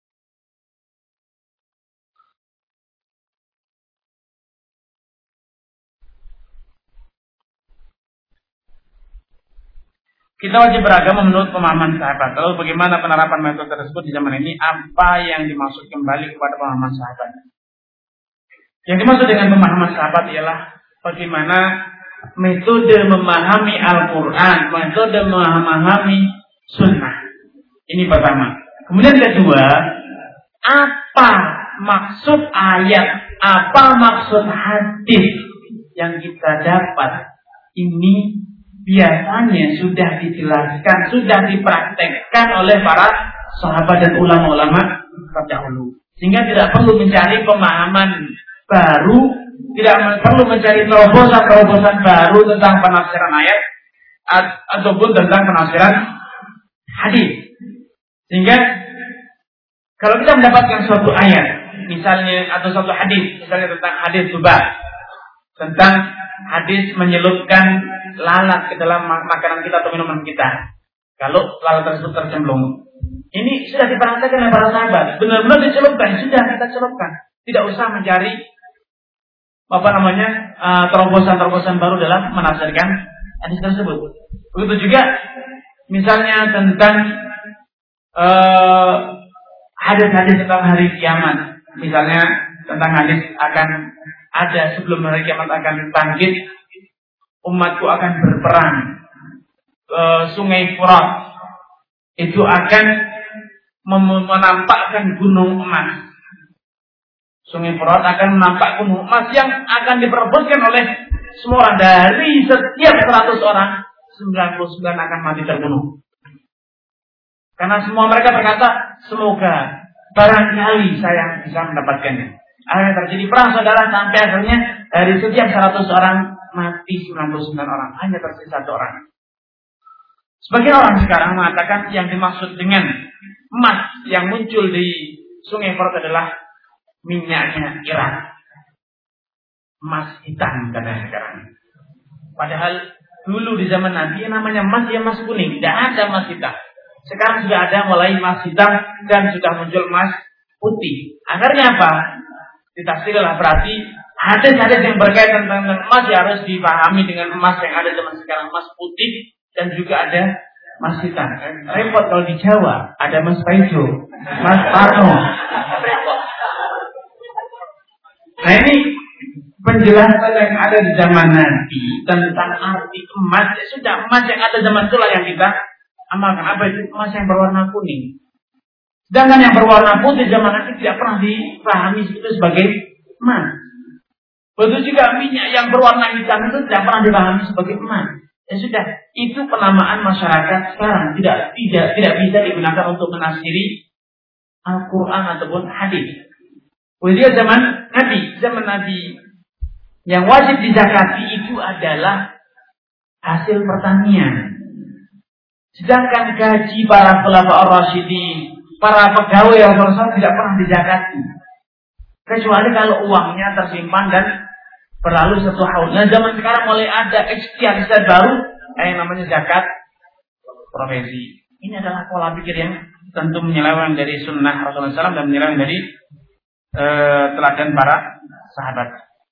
Kita wajib beragama menurut pemahaman sahabat. Lalu bagaimana penerapan metode tersebut di zaman ini? Apa yang dimaksud kembali kepada pemahaman sahabat? Yang dimaksud dengan pemahaman sahabat ialah bagaimana metode memahami Al-Quran, metode memahami Sunnah. Ini pertama. Kemudian kedua, apa maksud ayat, apa maksud hadis yang kita dapat? Ini biasanya sudah dijelaskan, sudah dipraktekkan oleh para sahabat dan ulama-ulama terdahulu. Sehingga tidak perlu mencari pemahaman baru, tidak perlu mencari terobosan-terobosan baru tentang penafsiran ayat ataupun tentang penafsiran hadis. Sehingga kalau kita mendapatkan suatu ayat, misalnya atau suatu hadis, misalnya tentang hadis subah, tentang hadis menyelupkan lalat ke dalam makanan kita atau minuman kita. Kalau lalat tersebut tercemplung, ini sudah diperhatikan oleh para sahabat, benar-benar dicelupkan, sudah kita celupkan. Tidak usah mencari apa namanya uh, terobosan-terobosan baru dalam menafsirkan hadis tersebut. Begitu juga misalnya tentang uh, hadis-hadis tentang hari kiamat, misalnya tentang hadis akan ada sebelum hari kiamat akan bangkit, umatku akan berperang, e, sungai Furat itu akan menampakkan gunung emas. Sungai Furat akan menampak gunung emas yang akan diperebutkan oleh semua orang. Dari setiap seratus orang, sembilan puluh sembilan akan mati terbunuh. Karena semua mereka berkata, semoga barangkali saya bisa mendapatkannya. Akhirnya terjadi perang saudara, sampai akhirnya dari setiap seratus orang mati sembilan puluh sembilan orang, hanya tersisa satu orang. Sebagian orang sekarang mengatakan yang dimaksud dengan emas yang muncul di sungai Furat adalah minyaknya Iran, emas hitam katanya sekarang. Padahal dulu di zaman Nabi yang namanya emas ya emas kuning, tidak ada emas hitam. Sekarang sudah ada mulai emas hitam dan sudah muncul emas putih. Akhirnya apa? Ditafsirlah berarti hadis-hadis yang berkaitan tentang emas ya harus dipahami dengan emas yang ada zaman sekarang, emas putih dan juga ada emas hitam. Repot kalau di Jawa ada emas Paijo, emas Parno. Repot. Nah ini penjelasan yang ada di zaman Nabi tentang arti emas. Ya sudah, emas yang ada zaman itulah yang kita amalkan. Apa itu? Emas yang berwarna kuning. Sedangkan yang berwarna putih zaman Nabi tidak pernah dipahami itu sebagai emas. Begitu juga minyak yang berwarna hitam itu tidak pernah dipahami sebagai emas. Ya sudah, itu penamaan masyarakat sekarang, tidak tidak tidak bisa digunakan untuk menafsiri Al-Quran ataupun hadis. Kemudian zaman Nabi, zaman Nabi yang wajib dizakati itu adalah hasil pertanian. Sedangkan gaji para khulafa ar-rasyidin, para pegawai yang Rasulullah tidak pernah dizakati. Kecuali kalau uangnya tersimpan dan berlalu satu haul. Nah, zaman sekarang mulai ada ikhtiar baru yang namanya zakat profesi. Ini adalah pola pikir yang tentu menyeleweng dari sunnah Rasulullah shallallahu alaihi wasallam dan menyeleweng dari uh, teladan para sahabat.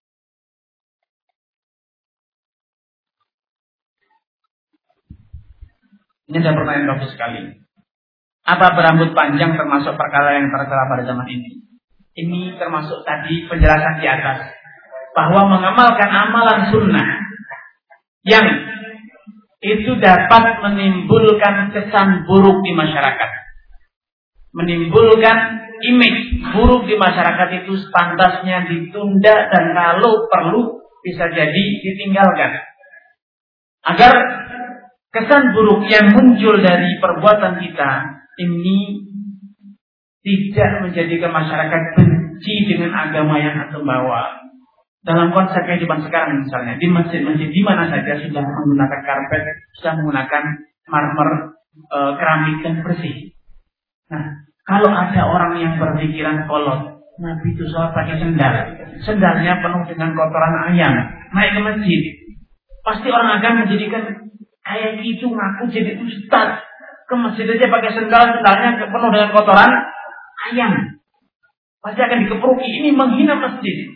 Ini ada pertanyaan bagus sekali. Apa berambut panjang termasuk perkara yang tercela pada zaman ini? Ini termasuk tadi penjelasan di atas, bahwa mengamalkan amalan sunnah yang itu dapat menimbulkan kesan buruk di masyarakat, menimbulkan image buruk di masyarakat itu sepantasnya ditunda dan kalau perlu bisa jadi ditinggalkan, agar kesan buruk yang muncul dari perbuatan kita ini tidak menjadikan masyarakat benci dengan agama yang antum bawa. Dalam konsep kehidupan sekarang misalnya, di masjid-masjid di mana saja sudah menggunakan karpet, sudah menggunakan marmer, e, keramik dan bersih. Nah, kalau ada orang yang berpikiran kolot, Nabi itu sholat pakai sendal, sendalnya penuh dengan kotoran ayam, naik ke masjid, pasti orang akan menjadikan kayak gitu ngaku jadi ustaz, ke masjid aja pakai sendal, sendalnya penuh dengan kotoran ayam, pasti akan dikepuki. Ini menghina masjid.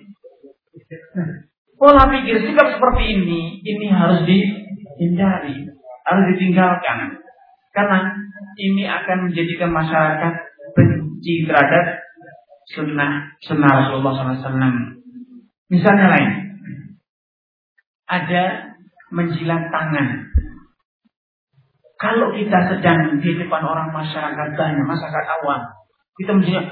Pola pikir sikap seperti ini, ini harus dihindari, harus ditinggalkan, karena ini akan menjadikan masyarakat benci terhadap sunnah sunnah Rasulullah shallallahu alaihi wasallam. Misalnya lain, ada menjilat tangan. Kalau kita sedang di depan orang masyarakat banyak, masyarakat awam, kita menjilat,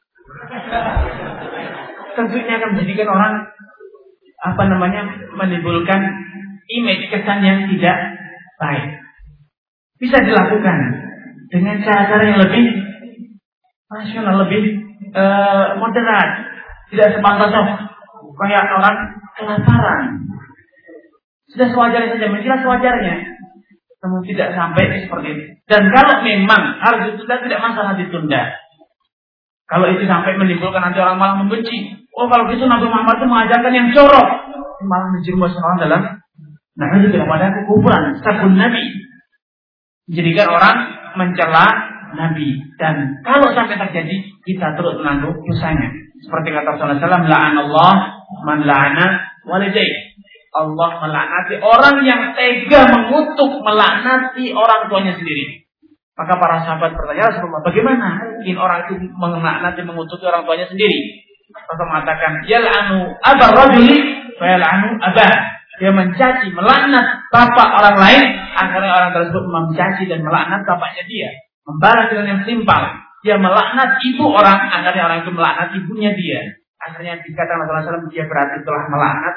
tentunya akan menjadikan orang apa namanya menimbulkan image kesan yang tidak baik. Bisa dilakukan dengan cara-cara yang lebih rasional, lebih uh, moderat, tidak sepantasnya kayak orang kelaparan. Sudah sewajarnya saja, menjilat sewajarnya, namun tidak sampai seperti itu. Dan kalau memang harus ditunda, tidak masalah ditunda. Kalau itu sampai menimbulkan nanti orang malah membenci. Oh, kalau gitu Nabi Muhammad itu mengajarkan yang jorok, malah menjerumus orang dalam nah itu tidak pada kekufuran, sabun Nabi, menjadikan orang mencela Nabi. Dan kalau sampai terjadi, kita terus menanggung dosanya. Seperti kata Rasulullah shallallahu alaihi wasallam, la'anallah man la'ana walidayh. Allah melaknati orang yang tega mengutuk, melaknati orang tuanya sendiri. Maka para sahabat bertanya, Rasulullah, bagaimana mungkin orang itu melaknati, mengutuk orang tuanya sendiri? Rasul mengatakan, yal'anu abar rajuli wa yal'anu abah. Dia mencaci, melaknat bapak orang lain, akhirnya orang tersebut mencaci dan melaknat bapaknya dia. Membalas dengan yang simpel. Dia melaknat ibu orang, akhirnya orang itu melaknat ibunya dia. Akhirnya dikatakan Rasulullah shallallahu alaihi wasallam, dia berarti telah melaknat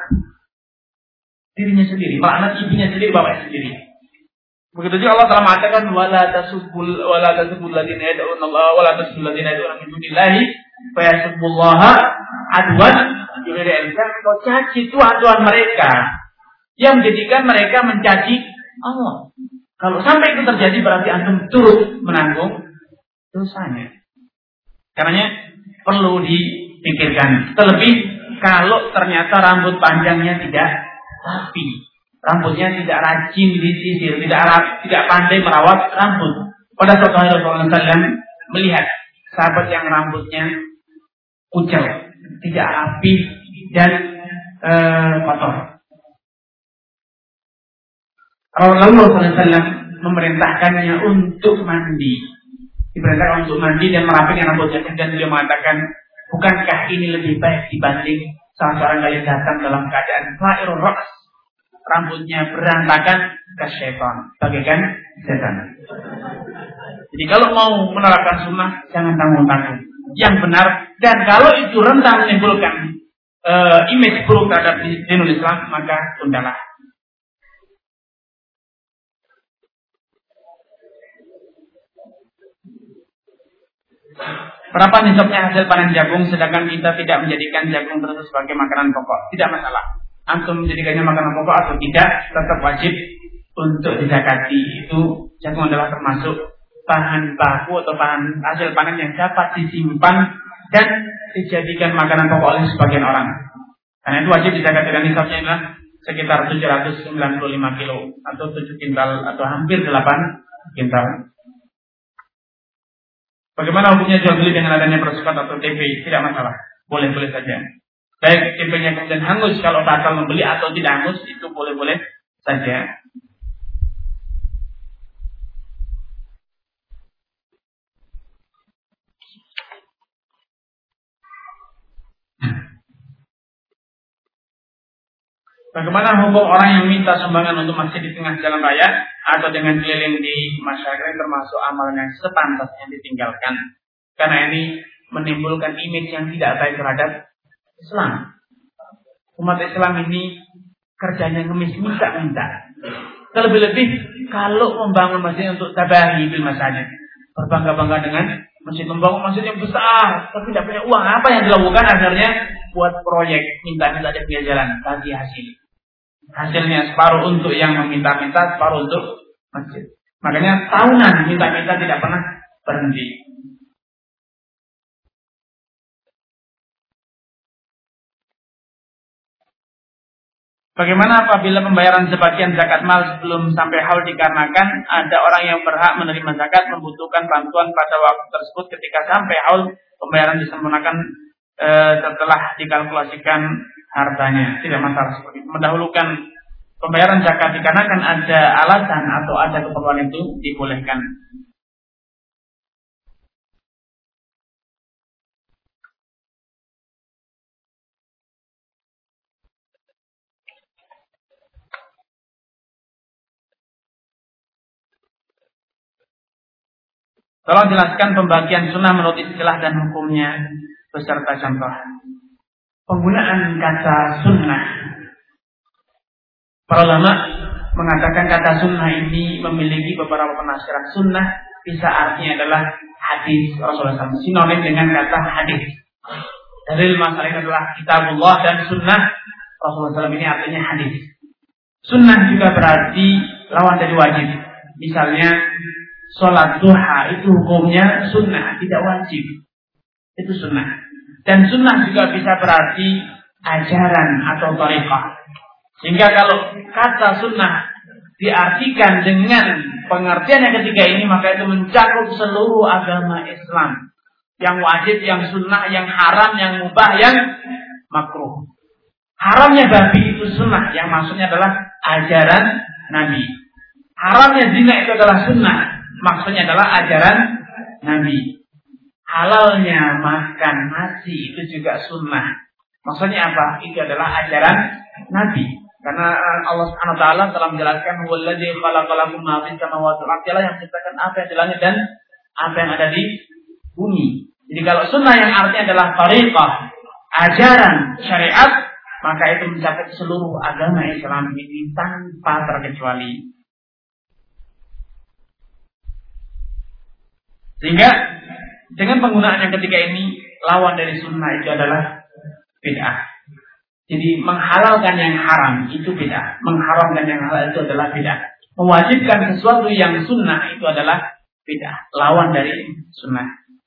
dirinya sendiri, melaknat ibunya sendiri, bapaknya sendiri. Begitu juga Allah telah mengatakan, wala tasubul wala tasubul ladina yad'un Allah wala tasubul ladina yad'un min dunillahi fa yasubbullaha adwan bighairi ilmin. Kau caci tuhan-tuhan mereka yang menjadikan mereka mencaci Allah. Kalau sampai itu terjadi, berarti antum turut menanggung dosanya. Karenanya perlu dipikirkan. Terlebih kalau ternyata rambut panjangnya tidak rapi, rambutnya tidak rajin disisir, tidak tidak pandai merawat rambut. Pada suatu hari Rasulullah shallallahu alaihi wasallam melihat sahabat yang rambutnya kucel, tidak rapi dan ee, kotor. Rasulullah shallallahu alaihi wasallam memerintahkannya untuk mandi, diperintahkan untuk mandi dan merapikan rambutnya. Dan beliau mengatakan, bukankah ini lebih baik dibanding salah seorang kalian datang dalam keadaan fa'irul ra's, rambutnya berantakan, ke syaitan, bagaikan setan. Jadi kalau mau menerapkan sunnah, jangan tanggung-tanggung, yang benar. Dan kalau itu rentan menimbulkan uh, image buruk terhadap dinul Islam, maka tundalah. Berapa nisabnya hasil panen jagung, sedangkan kita tidak menjadikan jagung tersebut sebagai makanan pokok? Tidak masalah. Antum menjadikannya makanan pokok atau tidak, tetap wajib untuk dizakati. Itu jagung adalah termasuk bahan baku atau bahan hasil panen yang dapat disimpan dan dijadikan makanan pokok oleh sebagian orang. Karena itu wajib dizakati, dan nisabnya adalah sekitar tujuh ratus sembilan puluh lima kilo atau tujuh kintal atau hampir delapan kintal. Bagaimana hukumnya jual beli dengan adanya persekat atau T P? Tidak masalah, boleh-boleh saja. Baik T P-nya kemudian hangus, kalau batal membeli atau tidak hangus, itu boleh-boleh saja. Bagaimana hukum orang yang minta sumbangan untuk masjid di tengah jalan raya atau dengan keliling di masyarakat, termasuk amalan yang sepantasnya ditinggalkan? Karena ini menimbulkan image yang tidak baik terhadap Islam. Umat Islam ini kerjanya ngemis minta-minta. Terlebih-lebih kalau membangun masjid untuk tabahi bil masajid, berbangga-bangga dengan masjid, membangun masjid yang besar, tapi tidak punya uang. Apa yang dilakukan? Akhirnya buat proyek, minta-minta di pinggir jalan, bagi hasil. Hasilnya separuh untuk yang meminta-minta, separuh untuk masjid. Makanya tahunan minta-minta tidak pernah berhenti. Bagaimana apabila pembayaran sebagian zakat mal sebelum sampai haul dikarenakan ada orang yang berhak menerima zakat membutuhkan bantuan pada waktu tersebut, ketika sampai haul pembayaran disempurnakan e, setelah dikalkulasikan hartanya? Tidak masalah seperti itu. Mendahulukan pembayaran zakat dikarenakan ada alasan atau ada keperluan itu dibolehkan. Tolong jelaskan pembagian sunnah menurut istilah dan hukumnya beserta contoh. Penggunaan kata sunnah, para ulama mengatakan kata sunnah ini memiliki beberapa penafsiran. Sunnah bisa artinya adalah hadis Rasulullah shallallahu alaihi wasallam, sinonim dengan kata hadis. Dalil masalah ini adalah kitabullah, dan sunnah Rasulullah shallallahu alaihi wasallam ini artinya hadis. Sunnah juga berarti lawan dari wajib. Misalnya sholat duha itu hukumnya sunnah, tidak wajib. Itu sunnah. Dan sunnah juga bisa berarti ajaran atau thariqah. Sehingga kalau kata sunnah diartikan dengan pengertian yang ketiga ini, maka itu mencakup seluruh agama Islam. Yang wajib, yang sunnah, yang haram, yang mubah, yang makruh. Haramnya babi itu sunnah, yang maksudnya adalah ajaran Nabi. Haramnya zina itu adalah sunnah, maksudnya adalah ajaran Nabi. Halalnya makan nasi itu juga sunnah. Maksudnya apa? Itu adalah ajaran Nabi. Karena Allah Subhanahu wa taala telah menjelaskan wallazi khalaqalakum ma fis samawati wal ardi, yang menciptakan apa yang di langit dan apa yang ada di bumi. Jadi kalau sunnah yang artinya adalah thariqah, ajaran syariat, maka itu mencakup seluruh agama Islam ini tanpa terkecuali. Sehingga dengan penggunaan yang ketiga ini, lawan dari sunnah itu adalah bid'ah. Jadi menghalalkan yang haram itu bid'ah, mengharamkan yang halal itu adalah bid'ah. Mewajibkan sesuatu yang sunnah itu adalah bid'ah, lawan dari sunnah.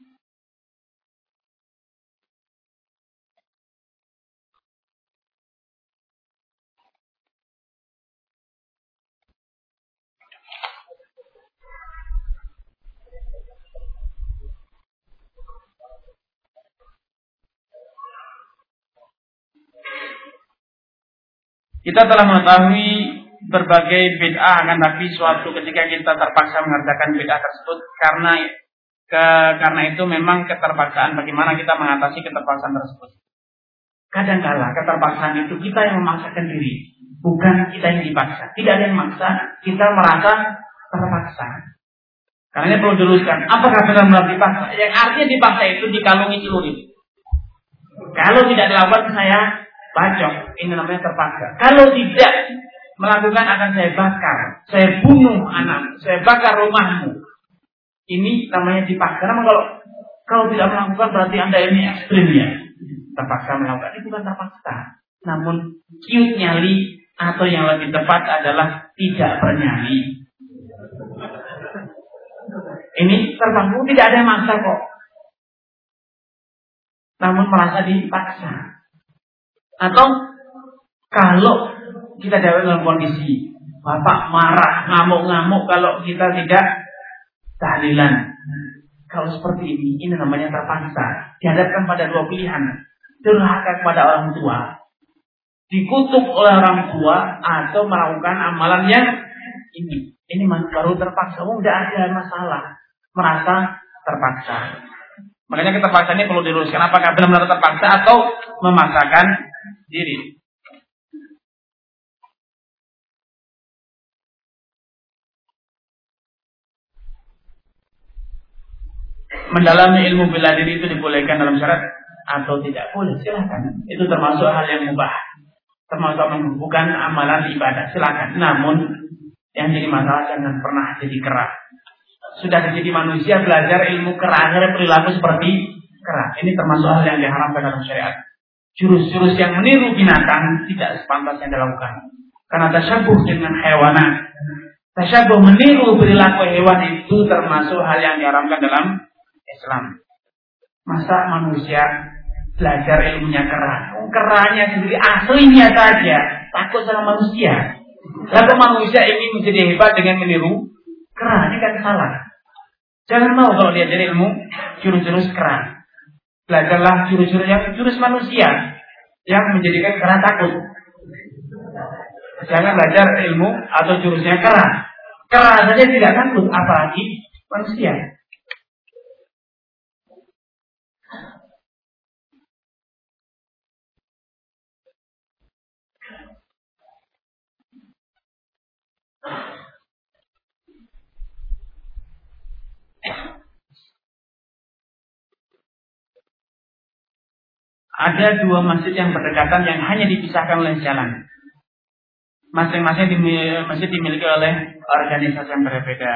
Kita telah mengetahui berbagai bid'ah, akan tapi suatu ketika kita terpaksa mengerjakan bid'ah tersebut karena ke, karena itu memang keterpaksaan. Bagaimana kita mengatasi keterpaksaan tersebut? Kadang-kala keterpaksaan itu kita yang memaksakan diri, bukan kita yang dipaksa. Tidak ada yang memaksa, kita merasa terpaksa. Karena ini perlu diluruskan. Apakah benar benar dipaksa? Yang artinya dipaksa itu dikalungi celurit. Kalau tidak dilakukan saya bacok, ini namanya terpaksa. Kalau tidak melakukan akan saya bakar, saya bunuh anak, saya bakar rumahmu. Ini namanya dipaksa. Karena kalau Kalau tidak melakukan berarti Anda ini ekstrimnya. Terpaksa melakukan, itu bukan terpaksa. Namun cute nyali atau yang lebih tepat adalah tidak bernyali. Ini terpaksa, tidak ada yang maksa kok. Namun merasa dipaksa. Atau kalau kita dalam kondisi bapak marah, ngamuk-ngamuk kalau kita tidak tahlilan. Kalau seperti ini, ini namanya terpaksa. Dihadapkan pada dua pilihan. Durhaka kepada orang tua, dikutuk oleh orang tua, atau melakukan amalan yang ini. Ini baru terpaksa. Oh, tidak ada masalah. Merasa terpaksa. Makanya keterpaksaan ini perlu diluruskan. Apakah benar-benar terpaksa atau memaksakan diri. Mendalami ilmu bela diri itu dibolehkan dalam syarat atau tidak boleh, silakan. Itu termasuk hal yang mubah, termasuk bukan amalan ibadah, silakan. Namun yang jadi masalah jangan pernah jadi kera. Sudah jadi manusia belajar ilmu kera, akhirnya perilaku seperti kera. Ini termasuk hal yang diharamkan dalam syariat. Jurus-jurus yang meniru binatang tidak sepantasnya dilakukan. Karena tasyabuh dengan hewanat, tasyabuh meniru perilaku hewan itu termasuk hal yang diharamkan dalam Islam. Masa manusia belajar ilmunya kera? Keranya sendiri aslinya saja takut sama manusia. Lalu manusia ingin menjadi hebat dengan meniru kera, ini kan salah. Jangan mau kalau dia jadi ilmu jurus-jurus kera. Belajarlah jurus-jurus yang jurus manusia yang menjadikan kera takut. Jangan belajar ilmu atau jurusnya kera. Kera saja tidak takut, apalagi manusia. Ada dua masjid yang berdekatan yang hanya dipisahkan oleh jalan. Masing-masing masjid dimiliki oleh organisasi yang berbeda.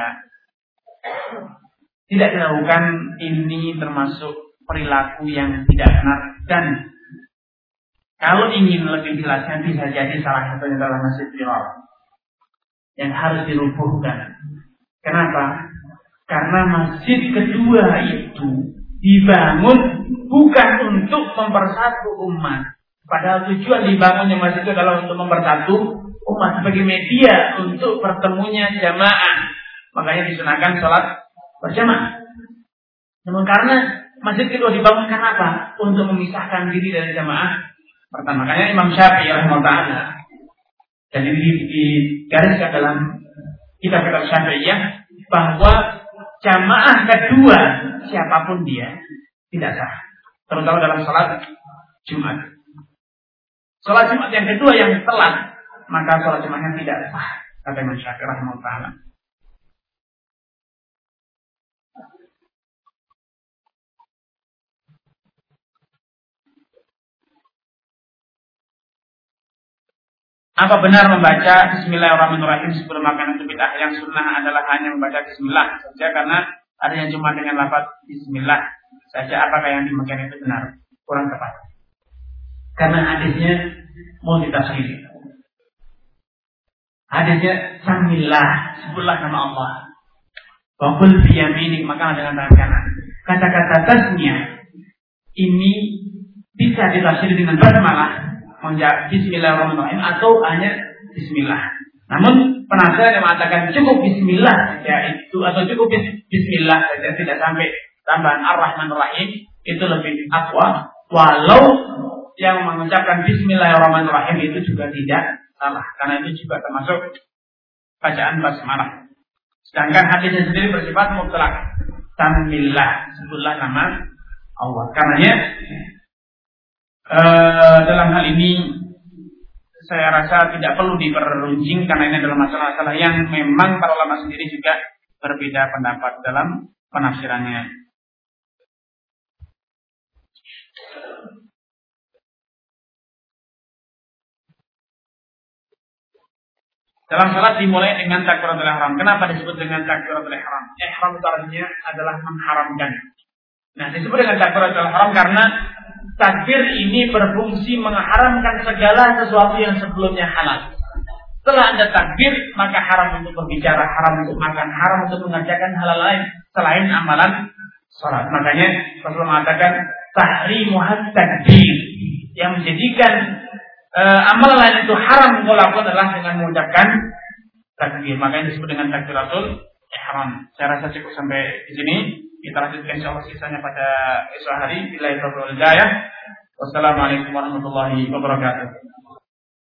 Tidak dilakukan, ini termasuk perilaku yang tidak benar. Dan kalau ingin lebih jelasnya, bisa jadi salah satunya adalah masjid Fir'aun yang harus dirubuhkan. Kenapa? Karena masjid kedua itu dibangun bukan untuk mempersatu umat. Padahal tujuan dibangunnya masjid itu adalah untuk mempersatu umat sebagai media untuk bertemunya jamaah. Makanya disunahkan sholat berjamaah. Namun karena masjid kedua dibangun karena apa? Untuk memisahkan diri dari jamaah pertama. Makanya Imam Syafi'i rahimahullah, dan ini digariskan dalam kitab-kitab Syafi'iyah, bahwa jamaah kedua siapapun dia tidak sah, terutama dalam sholat Jumat. Sholat Jumat yang kedua yang telat, maka sholat Jumatnya tidak sah, kata Imam Syafi'i rahimahullah. Apa benar membaca Bismillahirrahmanirrahim sebelum makan itu bid'ah? Yang sunnah adalah hanya membaca Bismillah saja, karena ada yang cuma dengan lafaz Bismillah saja. Apakah yang demikian itu benar? Kurang tepat. Karena hadisnya mau ditafsir. Hadisnya Samillah, sebutlah nama Allah. Wa qul bi yaminik, maka dengan tangan kanan. Kata-kata tasmiyah ini bisa ditafsir dengan basmalah, menjawab Bismillahirrahmanirrahim, atau hanya Bismillah. Namun penafsir yang mengatakan cukup Bismillah saja itu, atau cukup Bismillah saja, tidak sampai tambahan Ar-Rahmanir-Rahim, itu lebih aqwa. Walau yang mengucapkan Bismillahirrahmanirrahim itu juga tidak salah, karena itu juga termasuk bacaan basmalah. Sedangkan hadisnya sendiri bersifat mutlak. Samillah, sebutlah nama Allah. Karenanya Uh, dalam hal ini saya rasa tidak perlu diperuncing, karena ini adalah masalah-masalah yang memang para ulama sendiri juga berbeda pendapat dalam penafsirannya. Dalam salat dimulai dengan takbiratul ihram. Kenapa disebut dengan takbiratul ihram? Ihram itu artinya adalah mengharamkan. Nah, disebut dengan takbiratul ihram karena takbir ini berfungsi mengharamkan segala sesuatu yang sebelumnya halal. Setelah Anda takbir, maka haram untuk berbicara, haram untuk makan, haram untuk mengerjakan hal lain selain amalan salat. Makanya Rasulullah mengatakan tahrimuhat takbir, yang menjadikan uh, amalan lain itu haram engkau lakukan adalah dengan mengucapkan takbir. Makanya disebut dengan takbiratul ihram. Saya rasa cukup sampai di sini. Kita lanjutkan insyaallah sisanya pada esok hari. Billahi taufiq wal hidayah. Wassalamualaikum warahmatullahi wabarakatuh.